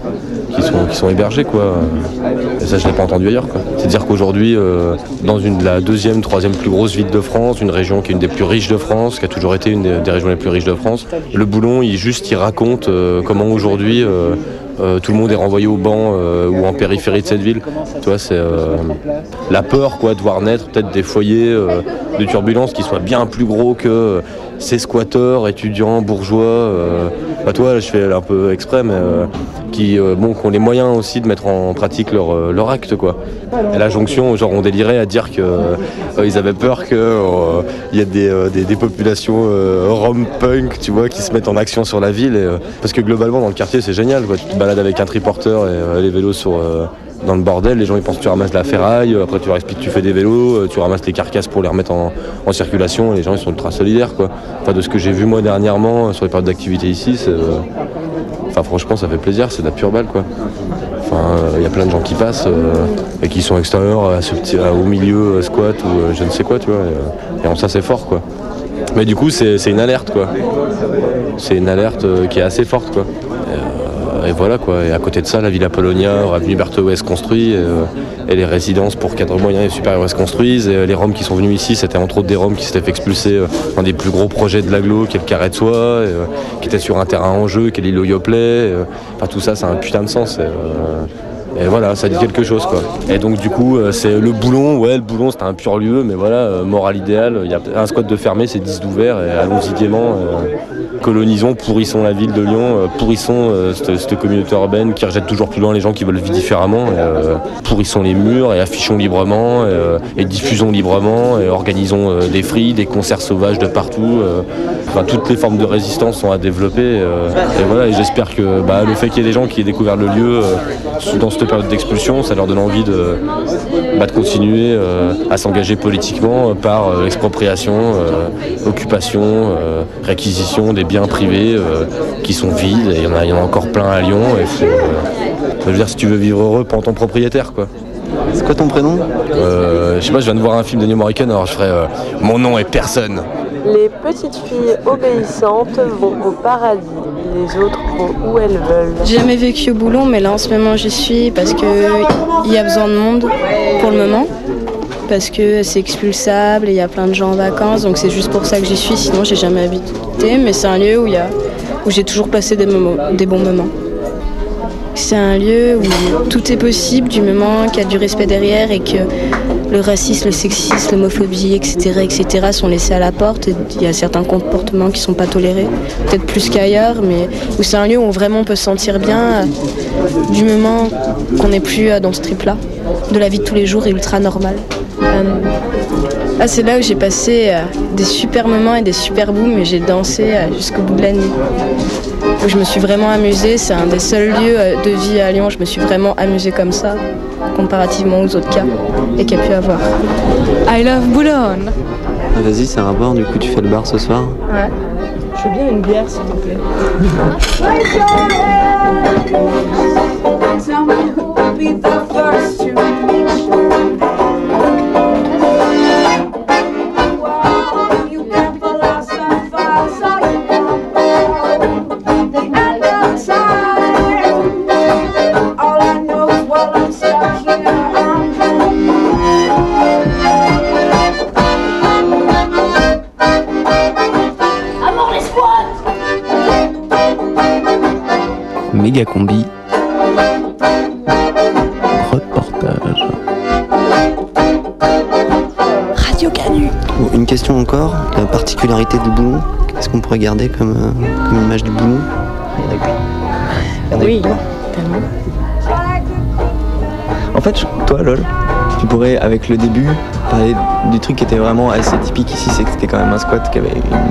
qui sont hébergés, quoi. Et ça, je l'ai pas entendu ailleurs, quoi. C'est-à-dire qu'aujourd'hui, dans la 2e, 3e plus grosse ville de France, une région qui est une des plus riches de France, qui a toujours été une des régions les plus riches de France, le Boulon, il raconte comment aujourd'hui tout le monde est renvoyé au banc ou en périphérie de cette ville. Tu vois, c'est la peur, quoi, de voir naître peut-être des foyers de turbulence qui soient bien plus gros que ces squatteurs, étudiants, bourgeois. Toi, je fais un peu exprès, mais qui ont les moyens aussi de mettre en pratique leur acte, quoi. Et la jonction, genre, on délirait à dire qu'ils avaient peur qu'il y ait des populations rom punk, tu vois, qui se mettent en action sur la ville. Parce que globalement, dans le quartier, c'est génial, quoi. Tu te balades avec un triporteur et les vélos sur dans le bordel, les gens ils pensent que tu ramasses de la ferraille, après tu leur expliques que tu fais des vélos, tu ramasses les carcasses pour les remettre en circulation, et les gens ils sont ultra solidaires quoi. Enfin de ce que j'ai vu moi dernièrement sur les périodes d'activité ici, franchement ça fait plaisir, c'est de la pure balle quoi. Il y a plein de gens qui passent et qui sont extérieurs au milieu squat ou je ne sais quoi tu vois, et ça c'est fort quoi. Mais du coup c'est une alerte quoi. C'est une alerte qui est assez forte quoi. Et voilà quoi. Et à côté de ça, la Villa Polonia, avenue Bertheuet se construit et les résidences pour cadres moyens et supérieurs se construisent. Et les Roms qui sont venus ici, c'était entre autres des Roms qui s'étaient fait expulser un des plus gros projets de l'agglo, qui est le Carré de Soie, qui était sur un terrain en jeu, qui est l'île au Yoplait. Tout ça, ça a un putain de sens. Et voilà, ça dit quelque chose quoi. Et donc du coup, c'est le Boulon, le Boulon c'était un pur lieu, mais voilà, morale idéale, il y a un squat de fermé, c'est 10 d'ouvert, et allons-y gaiement. Colonisons, pourrissons la ville de Lyon, pourrissons cette communauté urbaine qui rejette toujours plus loin les gens qui veulent vivre différemment, pourrissons les murs et affichons librement, et diffusons librement, et organisons des fris, des concerts sauvages de partout. Toutes les formes de résistance sont à développer, et voilà, et j'espère que le fait qu'il y ait des gens qui aient découvert le lieu dans cette période d'expulsion, ça leur donne envie de continuer à s'engager politiquement par expropriation, occupation, réquisition des biens privés qui sont vides, et il y en a encore plein à Lyon, et je veux dire, si tu veux vivre heureux, prends ton propriétaire quoi. C'est quoi ton prénom? Je sais pas, je viens de voir un film de New Morricone, alors je ferai mon nom est personne. Les petites filles obéissantes vont au paradis, les autres vont où elles veulent. J'ai jamais vécu au Boulon, mais là en ce moment j'y suis parce qu'il y a besoin de monde pour le moment. Parce que c'est expulsable et il y a plein de gens en vacances, donc c'est juste pour ça que j'y suis, sinon j'ai jamais habité. Mais c'est un lieu où j'ai toujours passé des bons moments. C'est un lieu où tout est possible du moment qu'il y a du respect derrière et que le racisme, le sexisme, l'homophobie, etc. sont laissés à la porte. Et il y a certains comportements qui ne sont pas tolérés, peut-être plus qu'ailleurs, mais où c'est un lieu où vraiment on peut se sentir bien du moment qu'on n'est plus dans ce trip-là, de la vie de tous les jours ultra normale. C'est là où j'ai passé des super moments et des super booms, et j'ai dansé jusqu'au bout de la nuit. Où je me suis vraiment amusée, c'est un des seuls lieux de vie à Lyon, je me suis vraiment amusée comme ça, comparativement aux autres cas, et qu'il y a pu avoir. I love Boulogne. Vas-y, c'est un rapport, du coup tu fais le bar ce soir? Ouais. Je veux bien une bière s'il te plaît. Méga combi. Reportage. Radio Canu. Une question encore, la particularité du Boulon. Qu'est-ce qu'on pourrait garder comme image du Boulon? Oui, tellement. En fait, toi, Lol, tu pourrais, avec le début, parler du truc qui était vraiment assez typique ici, c'est que c'était quand même un squat qui avait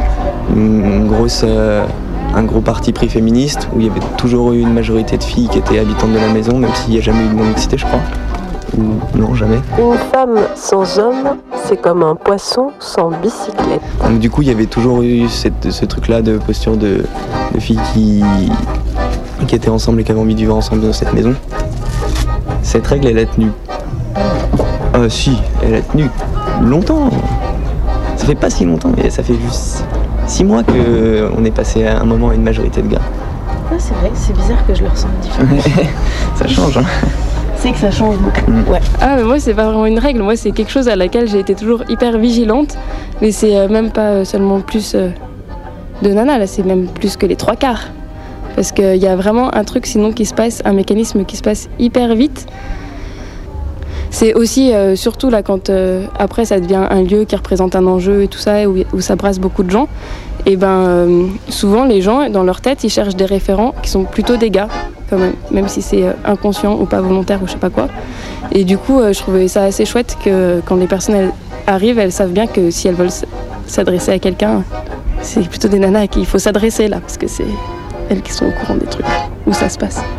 un gros parti pris féministe, où il y avait toujours eu une majorité de filles qui étaient habitantes de la maison, même s'il n'y a jamais eu de non-mixité, je crois. Ou non, jamais. Une femme sans homme, c'est comme un poisson sans bicyclette. Donc du coup, il y avait toujours eu ce truc-là de posture de filles qui étaient ensemble et qui avaient envie de vivre ensemble dans cette maison. Cette règle, elle a tenu... si, elle a tenu longtemps. Ça fait pas si longtemps, mais ça fait juste 6 mois qu'on est passé à un moment à une majorité de gars. Ah, c'est vrai, c'est bizarre que je le ressente différemment. Ça change, hein. C'est que ça change beaucoup. Ouais. Mais moi, c'est pas vraiment une règle. Moi, c'est quelque chose à laquelle j'ai été toujours hyper vigilante. Mais c'est même pas seulement plus de nana, là, c'est même plus que les 3/4. Parce qu'il y a vraiment un truc sinon qui se passe, un mécanisme qui se passe hyper vite. C'est aussi, surtout là, quand après ça devient un lieu qui représente un enjeu et tout ça, où ça brasse beaucoup de gens, et souvent les gens, dans leur tête, ils cherchent des référents qui sont plutôt des gars, quand même si c'est inconscient ou pas volontaire ou je sais pas quoi. Et du coup, je trouvais ça assez chouette que quand les personnes arrivent, elles savent bien que si elles veulent s'adresser à quelqu'un, c'est plutôt des nanas à qui il faut s'adresser là, parce que c'est elles qui sont au courant des trucs, où ça se passe.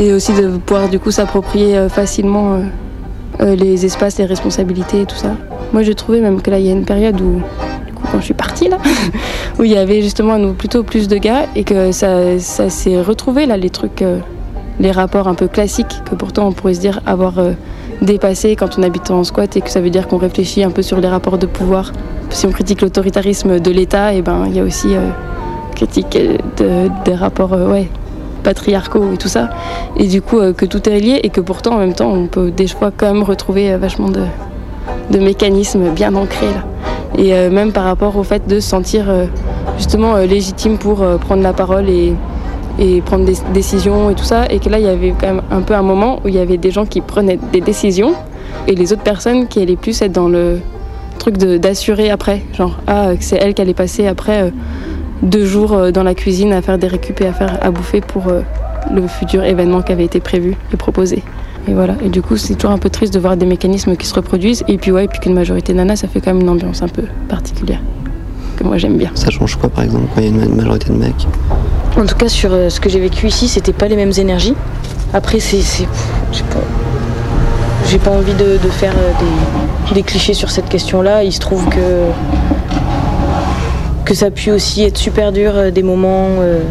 Et aussi de pouvoir du coup s'approprier facilement les espaces, les responsabilités et tout ça. Moi j'ai trouvé même que là il y a une période où, du coup quand je suis partie là, où il y avait justement plutôt plus de gars et que ça s'est retrouvé là, les trucs, les rapports un peu classiques que pourtant on pourrait se dire avoir dépassé quand on habite en squat et que ça veut dire qu'on réfléchit un peu sur les rapports de pouvoir. Si on critique l'autoritarisme de l'État, et ben il y a aussi critique des rapports patriarcaux et tout ça. Et du coup que tout est lié et que pourtant en même temps on peut des fois quand même retrouver vachement de mécanismes bien ancrés là. Et même par rapport au fait de se sentir justement légitime pour prendre la parole et prendre des décisions et tout ça, et que là il y avait quand même un peu un moment où il y avait des gens qui prenaient des décisions et les autres personnes qui allaient plus être dans le truc d'assurer après, genre que c'est elle qui allait passer après 2 jours dans la cuisine à faire des récup et à bouffer pour le futur événement qui avait été prévu et proposé. Et voilà, et du coup c'est toujours un peu triste de voir des mécanismes qui se reproduisent et puis qu'une majorité nana, ça fait quand même une ambiance un peu particulière que moi j'aime bien. Ça change quoi par exemple quand il y a une majorité de mecs? En tout cas sur ce que j'ai vécu ici, c'était pas les mêmes énergies. Après j'ai pas envie de faire des clichés sur cette question-là. Il se trouve que ça a pu aussi être super dur des moments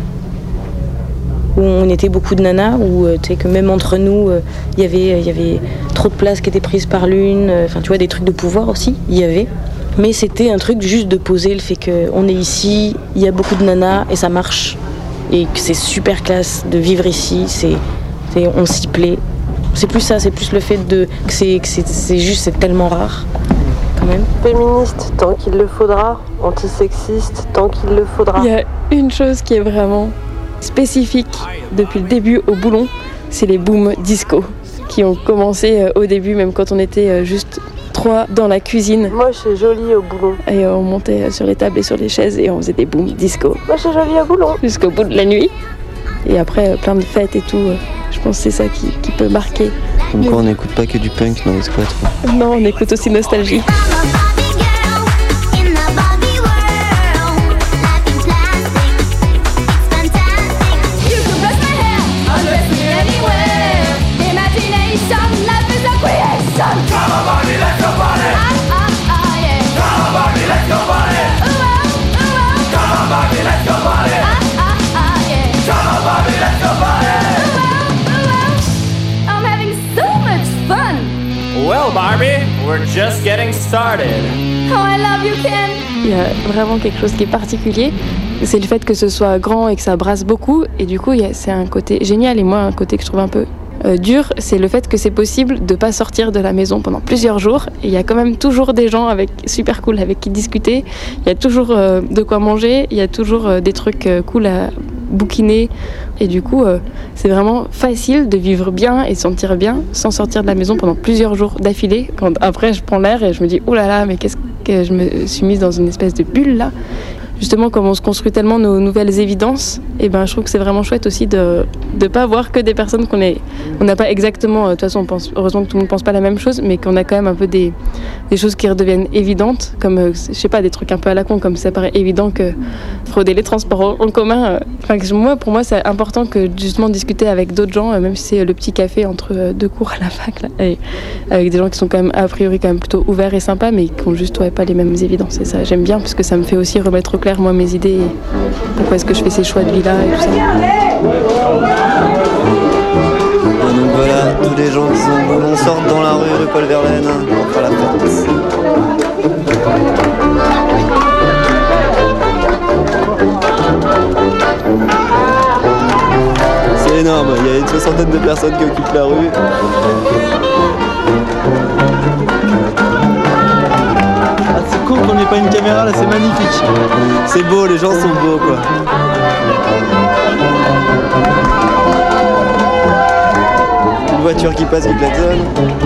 où on était beaucoup de nanas, où tu sais que même entre nous, il y avait trop de place qui était prise par l'une, enfin tu vois, des trucs de pouvoir aussi, il y avait. Mais c'était un truc juste de poser le fait qu'on est ici, il y a beaucoup de nanas et ça marche. Et que c'est super classe de vivre ici, on s'y plaît. C'est plus ça, c'est plus le fait que c'est tellement rare, quand même. Féministe, tant qu'il le faudra. Antisexiste, tant qu'il le faudra. Il y a une chose qui est vraiment spécifique depuis le début au Boulon, c'est les booms disco, qui ont commencé au début, même quand on était juste 3 dans la cuisine. Moi, c'est joli au Boulon. Et on montait sur les tables et sur les chaises et on faisait des booms disco. Moi, c'est joli au Boulon. Jusqu'au bout de la nuit. Et après, plein de fêtes et tout. Je pense que c'est ça qui peut marquer. Comme quoi, on n'écoute pas que du punk dans les squats. Non, on écoute aussi Nostalgie. Well, Barbie, we're just getting started. Oh, I love you, Ken. Il y a vraiment quelque chose qui est particulier, c'est le fait que ce soit grand et que ça brasse beaucoup, et du coup c'est un côté génial, et moi un côté que je trouve un peu dur, c'est le fait que c'est possible de pas sortir de la maison pendant plusieurs jours, et il y a quand même toujours des gens super cool avec qui discuter, il y a toujours de quoi manger, il y a toujours des trucs cool à bouquiner, et du coup c'est vraiment facile de vivre bien et de sentir bien sans sortir de la maison pendant plusieurs jours d'affilée. Quand après je prends l'air et je me dis oh là là, mais qu'est-ce que je me suis mise dans une espèce de bulle là. Justement, comme on se construit tellement nos nouvelles évidences, et ben je trouve que c'est vraiment chouette aussi de pas voir que des personnes on n'a pas exactement, de toute façon heureusement que tout le monde pense pas la même chose, mais qu'on a quand même un peu des choses qui redeviennent évidentes, comme je sais pas, des trucs un peu à la con, comme ça paraît évident que frauder les transports en commun. Pour moi c'est important que justement discuter avec d'autres gens, même si c'est le petit café entre 2 cours à la fac là, et avec des gens qui sont quand même a priori quand même plutôt ouverts et sympas, mais qui ont juste pas les mêmes évidences, et ça j'aime bien parce que ça me fait aussi remettre au clair moi mes idées, pourquoi est-ce que je fais ces choix de vie là et tout ça. Donc voilà, tous les gens qui sont Boulon sortent dans la rue Paul Verlaine pour faire la fête. C'est énorme, il y a une 60aine de personnes qui occupent la rue. C'est cool qu'on n'ait pas une caméra là, c'est magnifique. C'est beau, les gens sont beaux quoi. Une voiture qui passe, qui klaxonne.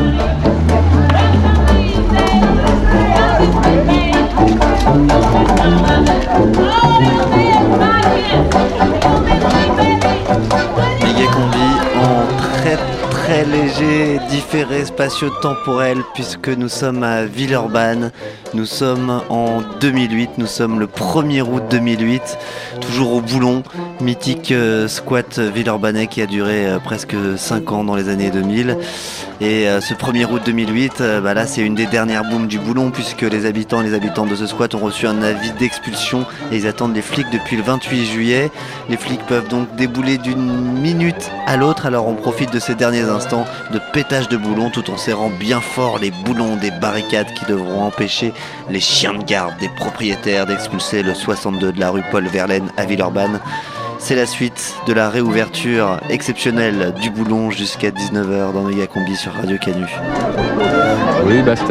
Méga combi en très léger, différé spatio-temporel, puisque nous sommes à Villeurbanne, nous sommes en 2008, nous sommes le 1er août 2008, toujours au Boulon, Mythique squat villeurbanais qui a duré presque 5 ans dans les années 2000. Et ce 1er août 2008, là c'est une des dernières booms du Boulon, puisque les habitants et les habitantes de ce squat ont reçu un avis d'expulsion et ils attendent les flics depuis le 28 juillet. Les flics peuvent donc débouler d'une minute à l'autre, alors on profite de ces derniers instants de pétage de boulons tout en serrant bien fort les boulons des barricades qui devront empêcher les chiens de garde des propriétaires d'expulser le 62 de la rue Paul Verlaine à Villeurbanne. C'est la suite de la réouverture exceptionnelle du Boulon jusqu'à 19h dans Mégacombi sur Radio Canu. Oui, c'était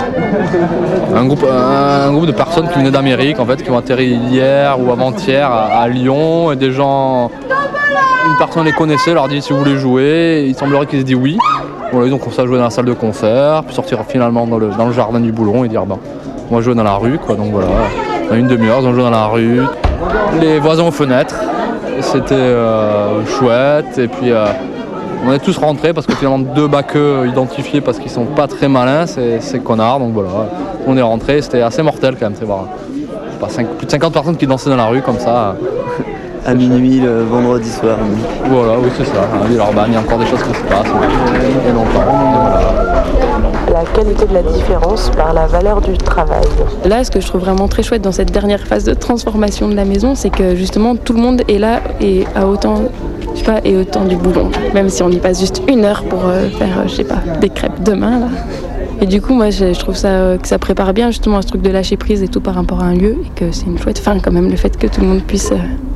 un groupe de personnes qui venaient d'Amérique, en fait, qui ont atterri hier ou avant-hier à Lyon. Et des gens, une personne les connaissait, leur dit si vous voulez jouer. Il semblerait qu'ils aient dit oui. Voilà, ils ont commencé à jouer dans la salle de concert, puis sortir finalement dans le jardin du Boulon et dire on va jouer dans la rue, quoi. Donc voilà, dans une demi-heure, ils ont joué dans la rue. Les voisins aux fenêtres. C'était chouette et puis on est tous rentrés parce que finalement 2 baqueux identifiés parce qu'ils sont pas très malins, ces connards, donc voilà, on est rentrés, c'était assez mortel quand même, c'est voir plus de 50 personnes qui dansaient dans la rue comme ça. À minuit le vendredi soir. Voilà, oui c'est ça, à Villeurbanne, il y a encore des choses qui se passent, il y a longtemps, et voilà. La qualité de la différence par la valeur du travail. Là, ce que je trouve vraiment très chouette dans cette dernière phase de transformation de la maison, c'est que justement tout le monde est là et a autant, et autant du boulon. Même si on y passe juste 1 heure pour faire, des crêpes demain là. Et du coup, moi, je trouve ça que ça prépare bien justement à ce truc de lâcher prise et tout par rapport à un lieu et que c'est une chouette fin quand même le fait que tout le monde puisse.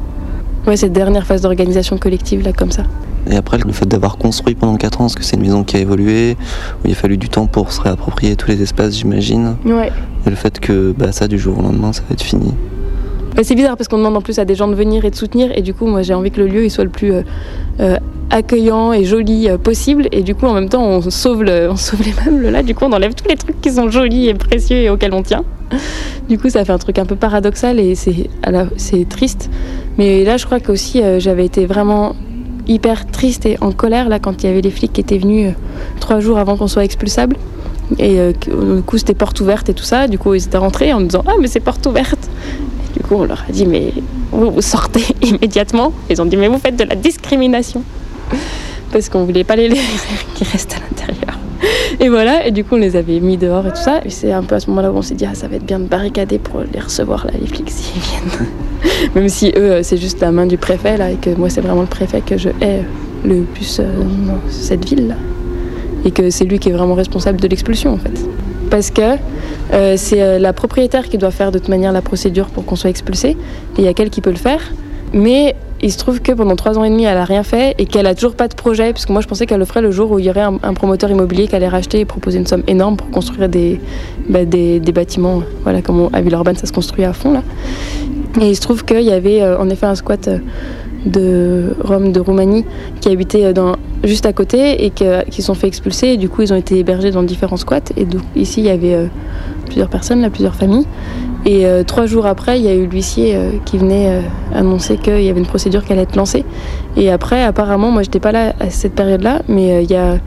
Cette dernière phase d'organisation collective là comme ça. Et après, le fait d'avoir construit pendant 4 ans, parce que c'est une maison qui a évolué, où il a fallu du temps pour se réapproprier tous les espaces, j'imagine. Ouais. Et le fait que ça, du jour au lendemain, ça va être fini. C'est bizarre parce qu'on demande en plus à des gens de venir et de soutenir, et du coup, moi, j'ai envie que le lieu il soit le plus accueillant et joli possible, et du coup, en même temps, on sauve les meubles là, du coup, on enlève tous les trucs qui sont jolis et précieux et auxquels on tient. Du coup, ça fait un truc un peu paradoxal et c'est triste. Mais là, je crois qu'aussi, j'avais été vraiment hyper triste et en colère là quand il y avait les flics qui étaient venus 3 jours avant qu'on soit expulsable et du coup c'était porte ouverte et tout ça, du coup ils étaient rentrés en nous disant mais c'est porte ouverte, et du coup on leur a dit mais vous sortez immédiatement. Ils ont dit mais vous faites de la discrimination parce qu'on voulait pas les qui restent à l'intérieur. Et voilà, et du coup on les avait mis dehors et tout ça, et c'est un peu à ce moment-là où on s'est dit ça va être bien de barricader pour les recevoir là, les flics s'ils viennent. Même si eux c'est juste la main du préfet là, et que moi c'est vraiment le préfet que je hais le plus dans cette ville là, et que c'est lui qui est vraiment responsable de l'expulsion en fait. Parce que c'est la propriétaire qui doit faire de toute manière la procédure pour qu'on soit expulsé, et il y a qu'elle qui peut le faire, mais il se trouve que pendant 3 ans et demi, elle n'a rien fait et qu'elle n'a toujours pas de projet, parce que moi je pensais qu'elle le ferait le jour où il y aurait un promoteur immobilier qui allait racheter et proposer une somme énorme pour construire des bâtiments, voilà, comme à Villeurbanne ça se construit à fond là. Et il se trouve qu'il y avait en effet un squat de Roms de Roumanie qui habitaient juste à côté et qui sont fait expulser, et du coup ils ont été hébergés dans différents squats, et donc ici il y avait plusieurs personnes, là, plusieurs familles. Et 3 jours après, il y a eu l'huissier qui venait annoncer qu'il y avait une procédure qui allait être lancée. Et après, apparemment, moi j'étais pas là à cette période-là, mais il y a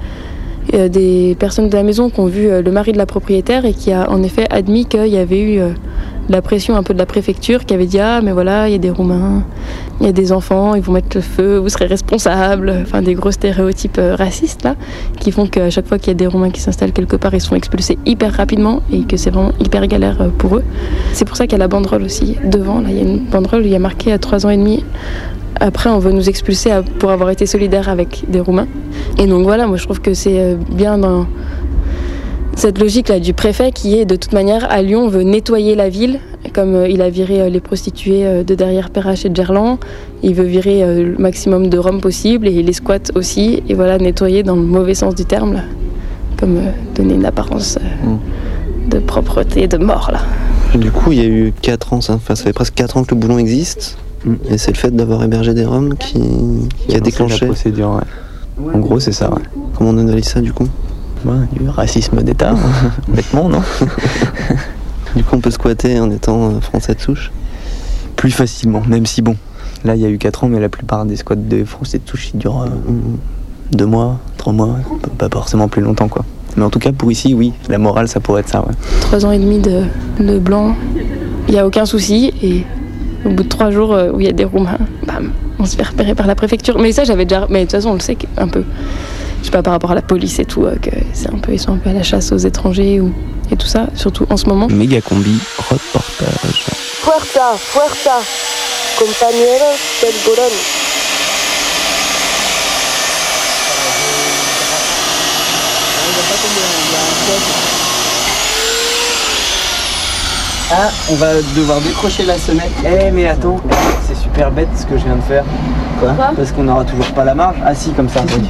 des personnes de la maison qui ont vu le mari de la propriétaire et qui a en effet admis qu'il y avait eu la pression un peu de la préfecture, qui avait dit mais voilà, il y a des Roumains, il y a des enfants, ils vont mettre le feu, vous serez responsables, enfin des gros stéréotypes racistes là, qui font qu'à chaque fois qu'il y a des Roumains qui s'installent quelque part, ils sont expulsés hyper rapidement et que c'est vraiment hyper galère pour eux. C'est pour ça qu'il y a la banderole aussi devant, là il y a une banderole où il y a marqué 3 ans et demi. Après, on veut nous expulser pour avoir été solidaires avec des Roumains. Et donc voilà, moi je trouve que c'est bien dans cette logique-là du préfet qui est de toute manière à Lyon, veut nettoyer la ville, comme il a viré les prostituées de derrière Perrache et de Gerland. Il veut virer le maximum de Roms possible et les squats aussi. Et voilà, nettoyer dans le mauvais sens du terme, là, comme donner une apparence de propreté, de mort. Là. Du coup, il y a eu 4 ans, ça fait presque 4 ans que le Boulon existe. Et c'est le fait d'avoir hébergé des Roms qui a déclenché la procédure. Ouais. En gros, c'est ça. Ouais. Comment on analyse ça du coup ? Du racisme d'État, bêtement, non ? Du coup, on peut squatter en étant français de souche ? Plus facilement, même si bon, là il y a eu 4 ans, mais la plupart des squats de français de souche ils durent 2 mois, 3 mois, pas forcément plus longtemps quoi. Mais en tout cas, pour ici, oui, la morale ça pourrait être ça. Ouais. 3 ans et demi de blanc, il n'y a aucun souci, et Au bout de 3 jours où il y a des Roumains, bam, on se fait repérer par la préfecture. Mais ça, j'avais déjà. Mais de toute façon, on le sait un peu. Je sais pas, par rapport à la police et tout, que ils sont un peu à la chasse aux étrangers et tout ça, surtout en ce moment. Mégacombi, reportage. Fuerza, fuerza, compañeros del Burón. Ah, on va devoir décrocher la sonnette. Mais attends, c'est super bête ce que je viens de faire. Quoi? Parce qu'on n'aura toujours pas la marge. Ah si, comme ça, oui.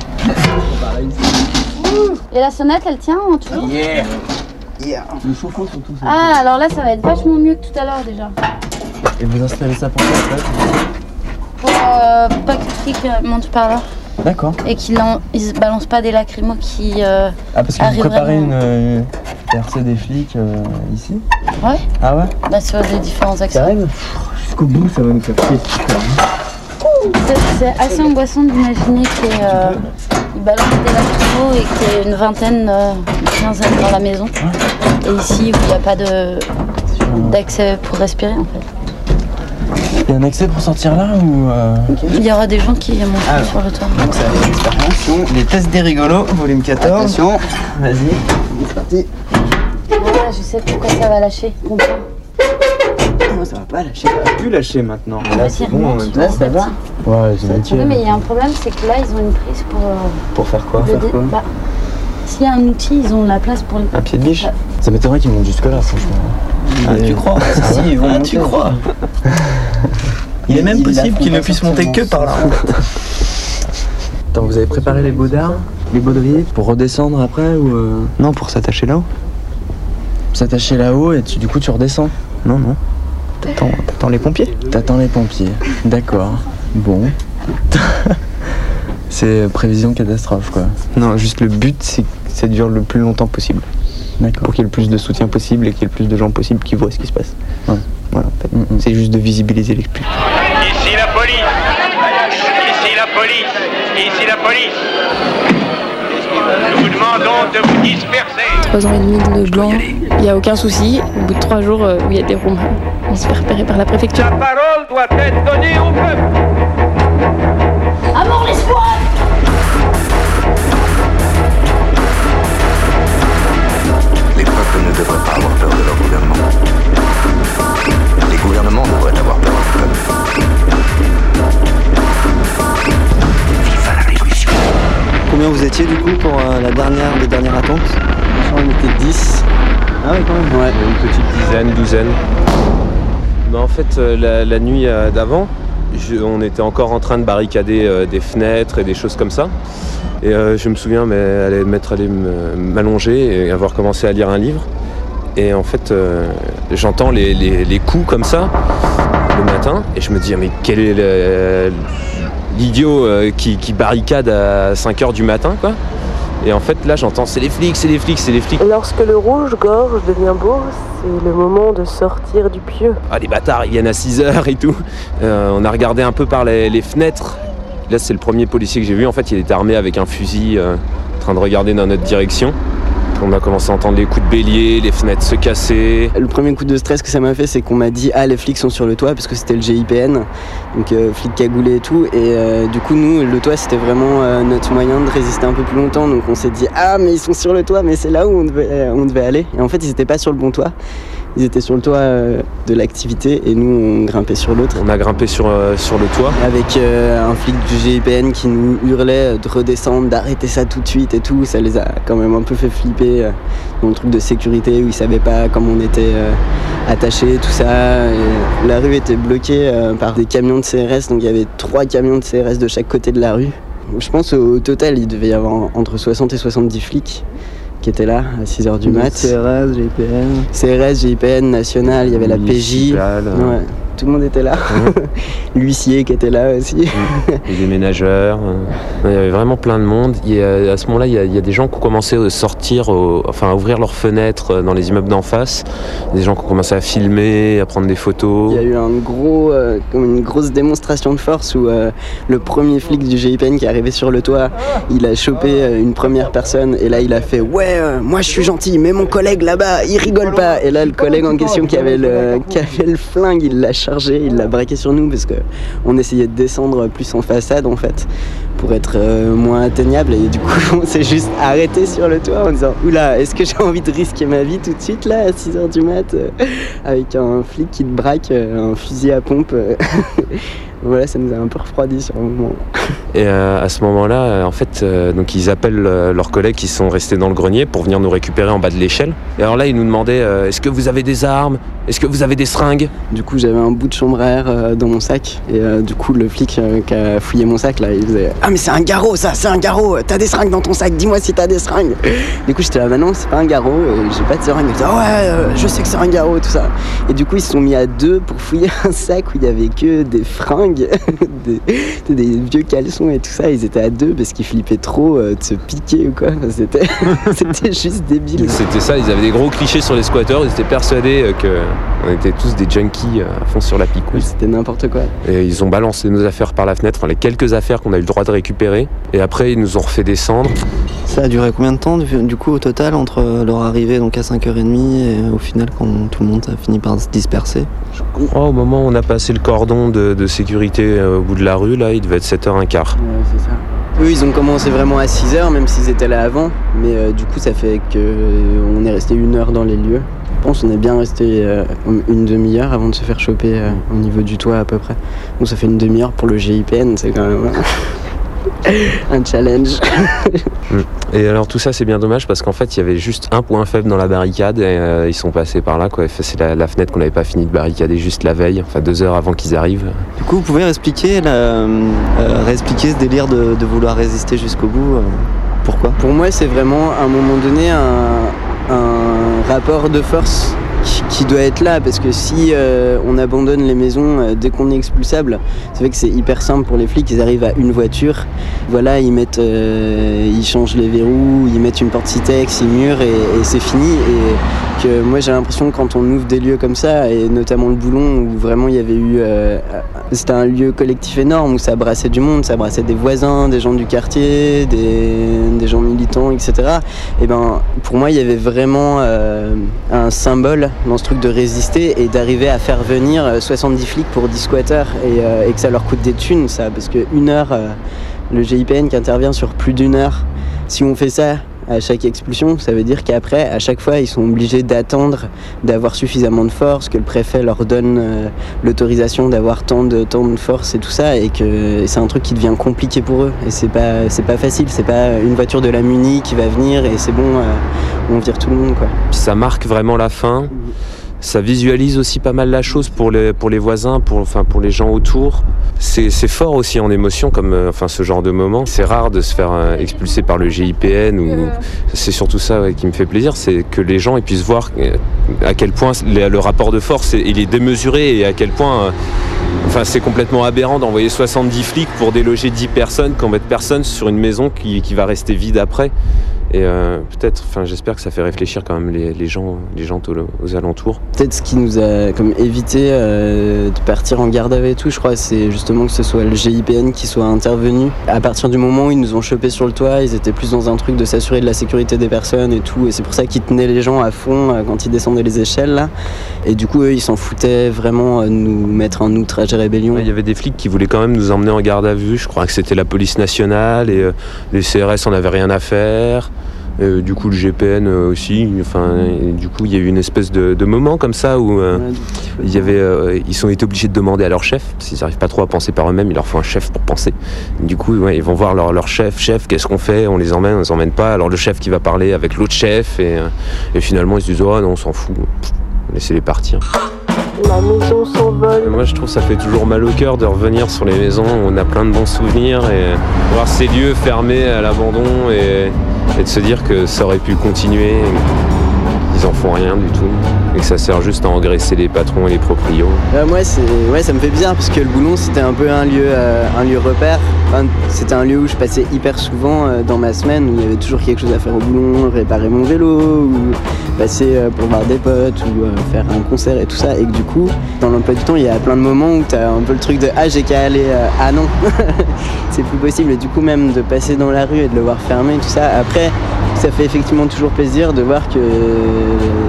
Et la sonnette, elle tient toujours? Yeah. Le chauffe-eau surtout. Ah, alors là, ça va être vachement mieux que tout à l'heure déjà. Et vous installez ça pour quoi en fait? Pour pas que le flic monte par là. D'accord. Et qu'ils se balancent pas des lacrymos qui parce que vous préparez une percée des flics ici? Ouais. Ah ouais? Bah sur les différents accès. Carrément. Jusqu'au bout, ça va nous faire chier. C'est assez angoissant d'imaginer qu'ils balancent des lacrymos et qu'il y a une vingtaine, une quinzaine dans la maison. Et ici, où il n'y a pas d'accès pour respirer en fait. Il y a un accès pour sortir là ou Il y aura des gens qui montent sur le toit. Donc ça va être l'expérimentation. Les tests des rigolos, volume 14. Attention, vas-y, c'est parti. Voilà, je sais pourquoi ça va lâcher. Comprends. Non, ça va pas lâcher, ça va plus lâcher maintenant. Là c'est bon, en même temps, ça va. Ouais, c'est oui, mais il y a un problème, c'est que là ils ont une prise pour faire quoi? Bah, s'il y a un outil, ils ont la place pour le. Un pied de biche? Ça m'étonnerait qu'ils montent jusque là, franchement. Ah, tu crois? Si, ils vont monter. Tu crois? Il est même possible qu'ils ne puissent monter que par là. Attends, vous avez préparé les baudards, les baudriers pour redescendre après ou Non, pour s'attacher là-haut. S'attacher là-haut et du coup tu redescends? Non. T'attends les pompiers? T'attends les pompiers, d'accord. Bon. C'est prévision catastrophe quoi. Non, juste le but c'est que ça dure le plus longtemps possible. D'accord. Pour qu'il y ait le plus de soutien possible et qu'il y ait le plus de gens possible qui voient ce qui se passe. Ouais. Voilà, en fait. C'est juste de visibiliser l'expulsion. Ici la police. Ici la police. Ici la police. Nous vous demandons de vous disperser. 3 ans et demi de blanc, il n'y a aucun souci. Au bout de 3 jours où il y a des Roumains, on se fait repérer par la préfecture. La parole doit être donnée au peuple. À mort l'espoir! Les peuples ne devraient pas avoir peur de leur gouvernement. Les gouvernements devraient avoir peur du peuple. Vive la révolution. Combien vous étiez du coup pour les dernières attentes? On était 10. Ah oui quand même. Ouais. Une petite dizaine, douzaine. Mais en fait la nuit d'avant, on était encore en train de barricader des fenêtres et des choses comme ça. Et je me souviens aller m'allonger et avoir commencé à lire un livre. Et en fait, j'entends les coups comme ça le matin. Et je me dis, mais quel est l'idiot qui barricade à 5h du matin, quoi. Et en fait, là, j'entends, c'est les flics. Lorsque le rouge-gorge devient beau, c'est le moment de sortir du pieu. Ah, les bâtards, ils viennent à 6h et tout. On a regardé un peu par les fenêtres. Là, c'est le premier policier que j'ai vu. En fait, il était armé avec un fusil, en train de regarder dans notre direction. On a commencé à entendre les coups de bélier, les fenêtres se casser. Le premier coup de stress que ça m'a fait, c'est qu'on m'a dit « Ah, les flics sont sur le toit » parce que c'était le GIPN, donc flics cagoulés et tout. Et du coup, nous, le toit, c'était vraiment notre moyen de résister un peu plus longtemps. Donc on s'est dit « Ah, mais ils sont sur le toit, mais c'est là où on devait aller. » Et en fait, ils n'étaient pas sur le bon toit. Ils étaient sur le toit de l'activité et nous, on grimpait sur l'autre. On a grimpé sur le toit. Avec un flic du GIPN qui nous hurlait de redescendre, d'arrêter ça tout de suite et tout. Ça les a quand même un peu fait flipper dans le truc de sécurité où ils savaient pas comment on était attachés, tout ça. Et la rue était bloquée par des camions de CRS, donc il y avait 3 camions de CRS de chaque côté de la rue. Je pense au total, il devait y avoir entre 60 et 70 flics qui étaient là à 6h du mat. CRS, GIPN. CRS, GIPN, national, il y avait la PJ. Ouais. Tout le monde était là. L'huissier qui était là aussi. Les déménageurs. Il y avait vraiment plein de monde. À ce moment-là, il y a des gens qui ont commencé à sortir, à ouvrir leurs fenêtres dans les immeubles d'en face. Des gens qui ont commencé à filmer, à prendre des photos. Il y a eu une grosse démonstration de force où le premier flic du GIPN qui est arrivé sur le toit, il a chopé une première personne et là il a fait « Ouais, moi je suis gentil, mais mon collègue là-bas, il rigole pas ». Et là le collègue en question qui avait le flingue, il l'a chargé chargé, il l'a braqué sur nous parce qu'on essayait de descendre plus en façade en fait pour être moins atteignable et du coup on s'est juste arrêté sur le toit en disant oula, est-ce que j'ai envie de risquer ma vie tout de suite là à 6h du mat avec un flic qui te braque un fusil à pompe Voilà, ça nous a un peu refroidi sur le moment. Et à ce moment-là, en fait, donc ils appellent leurs collègues qui sont restés dans le grenier pour venir nous récupérer en bas de l'échelle. Et alors là, ils nous demandaient est-ce que vous avez des armes? Est-ce que vous avez des seringues? Du coup, j'avais un bout de chambre à air dans mon sac. Et du coup, le flic qui a fouillé mon sac, là, il faisait ah, mais c'est un garrot, ça, c'est un garrot. T'as des seringues dans ton sac, dis-moi si t'as des seringues. Du coup, j'étais là, bah non, c'est pas un garrot, j'ai pas de seringues. Il disait ouais, je sais que c'est un garot, tout ça. Et du coup, ils se sont mis à deux pour fouiller un sac où il y avait que des fringues. des vieux caleçons et tout ça, ils étaient à deux parce qu'ils flippaient trop de se piquer ou quoi. C'était juste débile. C'était ça, ils avaient des gros clichés sur les squatteurs, ils étaient persuadés qu'on était tous des junkies à fond sur la picouse. C'était n'importe quoi. Et ils ont balancé nos affaires par la fenêtre, enfin les quelques affaires qu'on a eu le droit de récupérer, et après ils nous ont refait descendre. Ça a duré combien de temps du coup au total entre leur arrivée donc à 5h30 et au final quand tout le monde a fini par se disperser? Au moment où on a passé le cordon de sécurité au bout de la rue, là, il devait être 7h15. Ouais, c'est ça. Eux, ils ont commencé vraiment à 6h, même s'ils étaient là avant. Mais du coup, ça fait qu'on est resté 1 heure dans les lieux. Je pense qu'on est bien resté une demi-heure avant de se faire choper au niveau du toit à peu près. Donc ça fait une demi-heure pour le GIPN, c'est quand même un challenge. Et alors tout ça c'est bien dommage parce qu'en fait il y avait juste un point faible dans la barricade et ils sont passés par là quoi. C'est la fenêtre qu'on n'avait pas fini de barricader juste la veille, enfin 2 heures avant qu'ils arrivent. Du coup vous pouvez réexpliquer ce délire de vouloir résister jusqu'au bout, pourquoi? Pour moi c'est vraiment à un moment donné un rapport de force qui doit être là parce que si on abandonne les maisons dès qu'on est expulsable, c'est vrai que c'est hyper simple pour les flics, ils arrivent à une voiture, voilà, ils changent les verrous, ils mettent une porte Citex, ils murent et c'est fini. Et que moi j'ai l'impression que quand on ouvre des lieux comme ça, et notamment le Boulon où vraiment il y avait eu c'était un lieu collectif énorme où ça brassait du monde, ça brassait des voisins, des gens du quartier, des gens militants, etc. Et ben pour moi il y avait vraiment un symbole dans ce truc de résister et d'arriver à faire venir 70 flics pour 10 squatteurs et que ça leur coûte des thunes, ça, parce que 1 heure, le GIPN qui intervient sur plus d'1 heure, si on fait ça à chaque expulsion, ça veut dire qu'après, à chaque fois, ils sont obligés d'attendre, d'avoir suffisamment de force, que le préfet leur donne l'autorisation d'avoir tant de force et tout ça, et que c'est un truc qui devient compliqué pour eux. Et c'est pas facile, c'est pas une voiture de la Muni qui va venir et c'est bon, on vire tout le monde, quoi. Ça marque vraiment la fin. Ça visualise aussi pas mal la chose pour les voisins, pour les gens autour. C'est fort aussi en émotion comme ce genre de moment. C'est rare de se faire expulser par le GIPN ou c'est surtout ça qui me fait plaisir, c'est que les gens ils puissent voir à quel point le rapport de force il est démesuré et à quel point c'est complètement aberrant d'envoyer 70 flics pour déloger 10 personnes, qu'on mette personne sur une maison qui va rester vide après. Et j'espère que ça fait réfléchir quand même les gens aux alentours. Peut-être ce qui nous a comme évité de partir en garde à vue et tout, je crois, c'est justement que ce soit le GIPN qui soit intervenu. À partir du moment où ils nous ont chopés sur le toit, ils étaient plus dans un truc de s'assurer de la sécurité des personnes et tout. Et c'est pour ça qu'ils tenaient les gens à fond quand ils descendaient les échelles là. Et du coup, eux, ils s'en foutaient vraiment de nous mettre un outrage et rébellion. Il y avait des flics qui voulaient quand même nous emmener en garde à vue. Je crois que c'était la police nationale et les CRS en avaient rien à faire. Du coup le GPN aussi, du coup il y a eu une espèce de moment comme ça où ils ont été obligés de demander à leur chef, parce qu'ils n'arrivent pas trop à penser par eux-mêmes, il leur faut un chef pour penser. Du coup ils vont voir leur chef, qu'est-ce qu'on fait, on les emmène pas, alors le chef qui va parler avec l'autre chef et finalement ils se disent oh non on s'en fout, laissez-les partir. La maison s'envole. Moi je trouve que ça fait toujours mal au cœur de revenir sur les maisons où on a plein de bons souvenirs et voir ces lieux fermés à l'abandon et de se dire que ça aurait pu continuer, qu'ils en font rien du tout et que ça sert juste à engraisser les patrons et les proprios. Moi ça me fait bizarre parce que le Boulon c'était un peu un lieu repère. C'était un lieu où je passais hyper souvent dans ma semaine, où il y avait toujours quelque chose à faire au Boulon, réparer mon vélo, ou passer pour voir des potes, ou faire un concert et tout ça. Et que du coup, dans l'emploi du temps, il y a plein de moments où t'as un peu le truc de ah j'ai qu'à aller, ah non, c'est plus possible. Et du coup même de passer dans la rue et de le voir fermer, tout ça. Après, ça fait effectivement toujours plaisir de voir que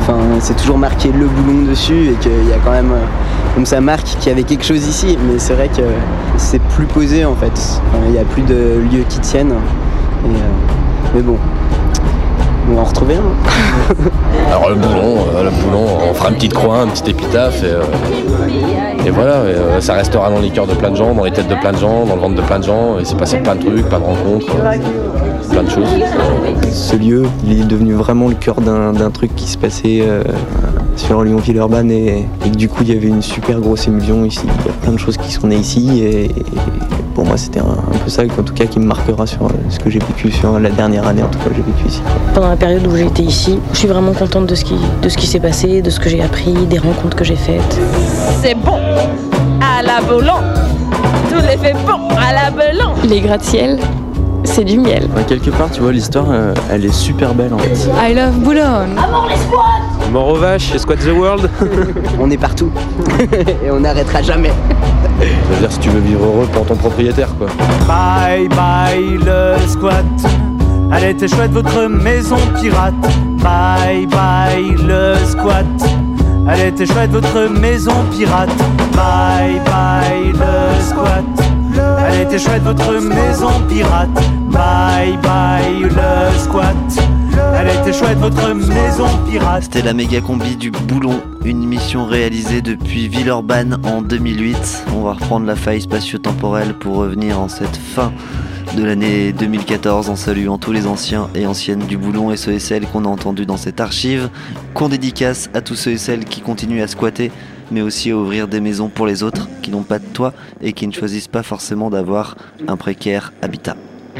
enfin, c'est toujours marqué le Boulon dessus et qu'il y a quand même, comme ça marque qu'il y avait quelque chose ici. Mais c'est vrai que c'est plus posé en fait. Enfin, il n'y a plus de lieux qui tiennent. Mais bon, on va en retrouver un. Alors le boulon, on fera une petite croix, une petite épitaphe et voilà, ça restera dans les cœurs de plein de gens, dans les têtes de plein de gens, dans le ventre de plein de gens, et c'est passé plein de trucs, plein de rencontres, plein de choses. Ce lieu, il est devenu vraiment le cœur d'un truc qui se passait sur Lyon-Villeurbanne et que du coup il y avait une super grosse émulsion ici. Il y a plein de choses qui sont nées ici et pour moi c'était un peu ça en tout cas qui me marquera sur ce que j'ai vécu sur la dernière année en tout cas que j'ai vécu ici. Pendant la période où j'ai été ici, je suis vraiment contente de ce qui s'est passé, de ce que j'ai appris, des rencontres que j'ai faites. C'est bon à la Boulon. Tout les fait bon à la Boulon. Les gratte-ciel, c'est du miel. Quelque part, tu vois, l'histoire, elle est super belle en fait. I love Boulogne. À mort les squats. Mort aux vaches, squat the world. On est partout et on n'arrêtera jamais. Ça veut dire si tu veux vivre heureux pour ton propriétaire quoi. Bye bye le squat. Elle était chouette votre maison pirate. Bye bye le squat. Elle était chouette votre maison pirate. Bye bye le squat. Elle était chouette votre maison pirate. Bye bye le squat. Elle était chouette votre maison pirate. C'était la méga combi du Boulon, une émission réalisée depuis Villeurbanne en 2008. On va reprendre la faille spatio-temporelle pour revenir en cette fin de l'année 2014 en saluant tous les anciens et anciennes du Boulon et ceux et celles qu'on a entendus dans cette archive, qu'on dédicace à tous ceux et celles qui continuent à squatter, mais aussi à ouvrir des maisons pour les autres qui n'ont pas de toit et qui ne choisissent pas forcément d'avoir un précaire habitat.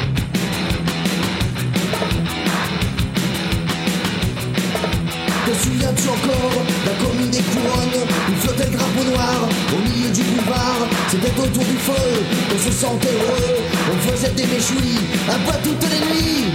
Te souviens-tu encore la commune des couronnes où flottait le drapeau noir au milieu du boulevard? C'était autour du feu, on se sentait heureux, on faisait des méchouilles un peu toutes les nuits.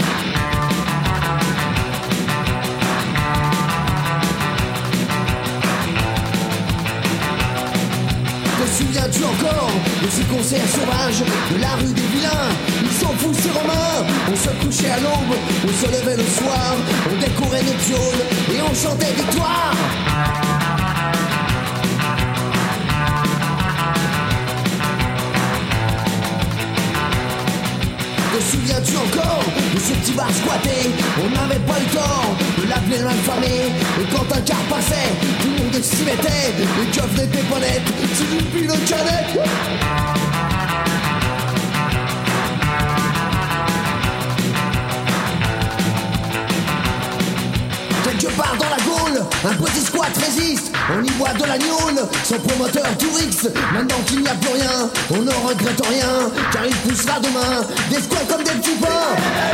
Te souviens-tu encore de ces concerts sauvages de la rue des vilains? Ils s'en foutent ces romains. On se couchait à l'aube, on se levait le soir, on décorait nos pioles et on chantait victoire. Te souviens-tu encore de ce petit bar squatté? On n'avait pas le tort de l'appeler l'infamé. Et quand un car passait, tout le monde s'y mettait. Les keufs n'étaient pas nettes, c'est une pile de canettes. Quelque part dans la Gaule, un petit squat résiste. On y boit de la gnôle, son promoteur Tourix. Maintenant qu'il n'y a plus rien, on ne regrette rien, car il poussera demain des squats comme des petits pains.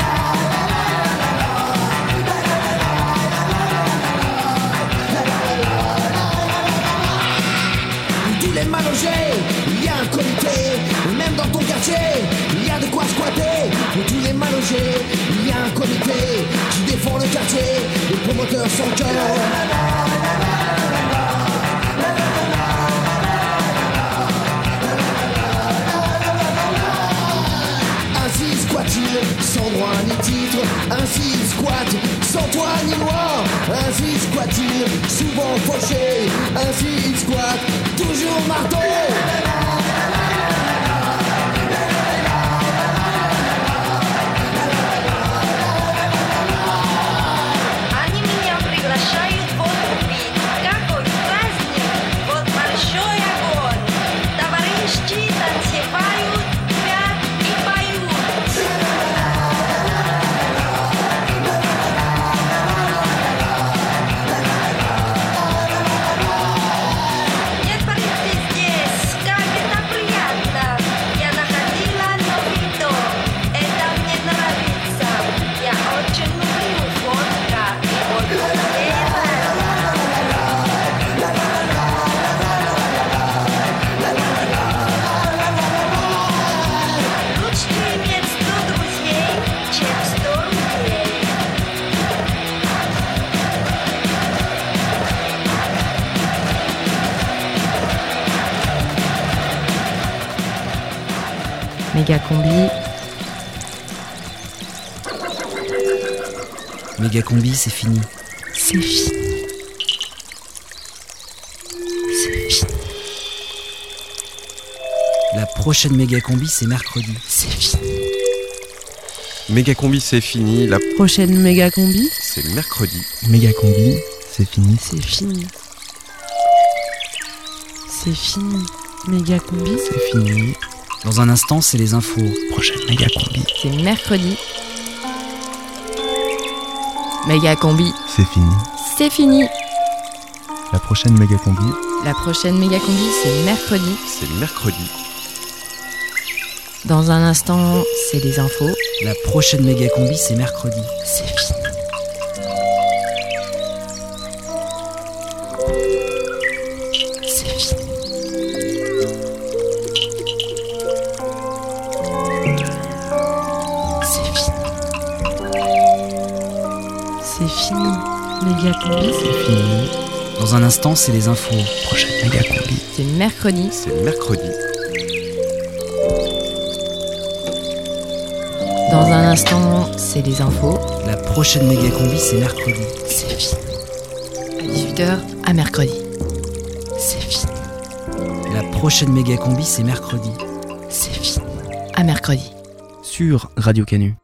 Tous les mal logés, il y a un comité. Et même dans ton quartier, il y a de quoi squatter. Pour tous les mal logés, il y a un comité qui défend le quartier. Les promoteurs sans cœur. Ainsi squat-il, sans droit ni titre. Ainsi squat, sans toit ni loi. Ainsi squat-il, souvent fauché. Ainsi squat, toujours marteau. Они меня приглашают подкупить. Какой праздник, вот большой огонь. Товарищи танцевают, пят и поют. Нет, парень, здесь, как это приятно. Я находила новый дом, это мне нравится. Я очень люблю водка и водку. Лучше иметь 100 друзей, чем 100 рублей. Méga combi. Méga combi, c'est fini. C'est fini. prochaine méga combi, c'est mercredi. C'est fini. Méga combi, c'est fini. La Prochaine méga combi, c'est mercredi. Méga combi, c'est fini. c'est fini. C'est fini. Méga combi, C'est fini. Dans un instant, c'est les infos. Prochaine méga combi. c'est mercredi. Méga combi, C'est fini. c'est fini. La prochaine méga combi. La prochaine méga combi, c'est mercredi. C'est mercredi. Dans un instant, c'est les infos. La prochaine méga combi, c'est mercredi. C'est fini. C'est fini. C'est fini. C'est fini. Méga combi, C'est fini. Dans un instant, c'est les infos. Prochaine méga combi. c'est mercredi. C'est mercredi. Dans un instant, c'est les infos. La prochaine méga combi, c'est mercredi. C'est fini. À 18h, à mercredi. C'est fini. La prochaine méga combi, c'est mercredi. C'est fini. À mercredi. Sur Radio Canu.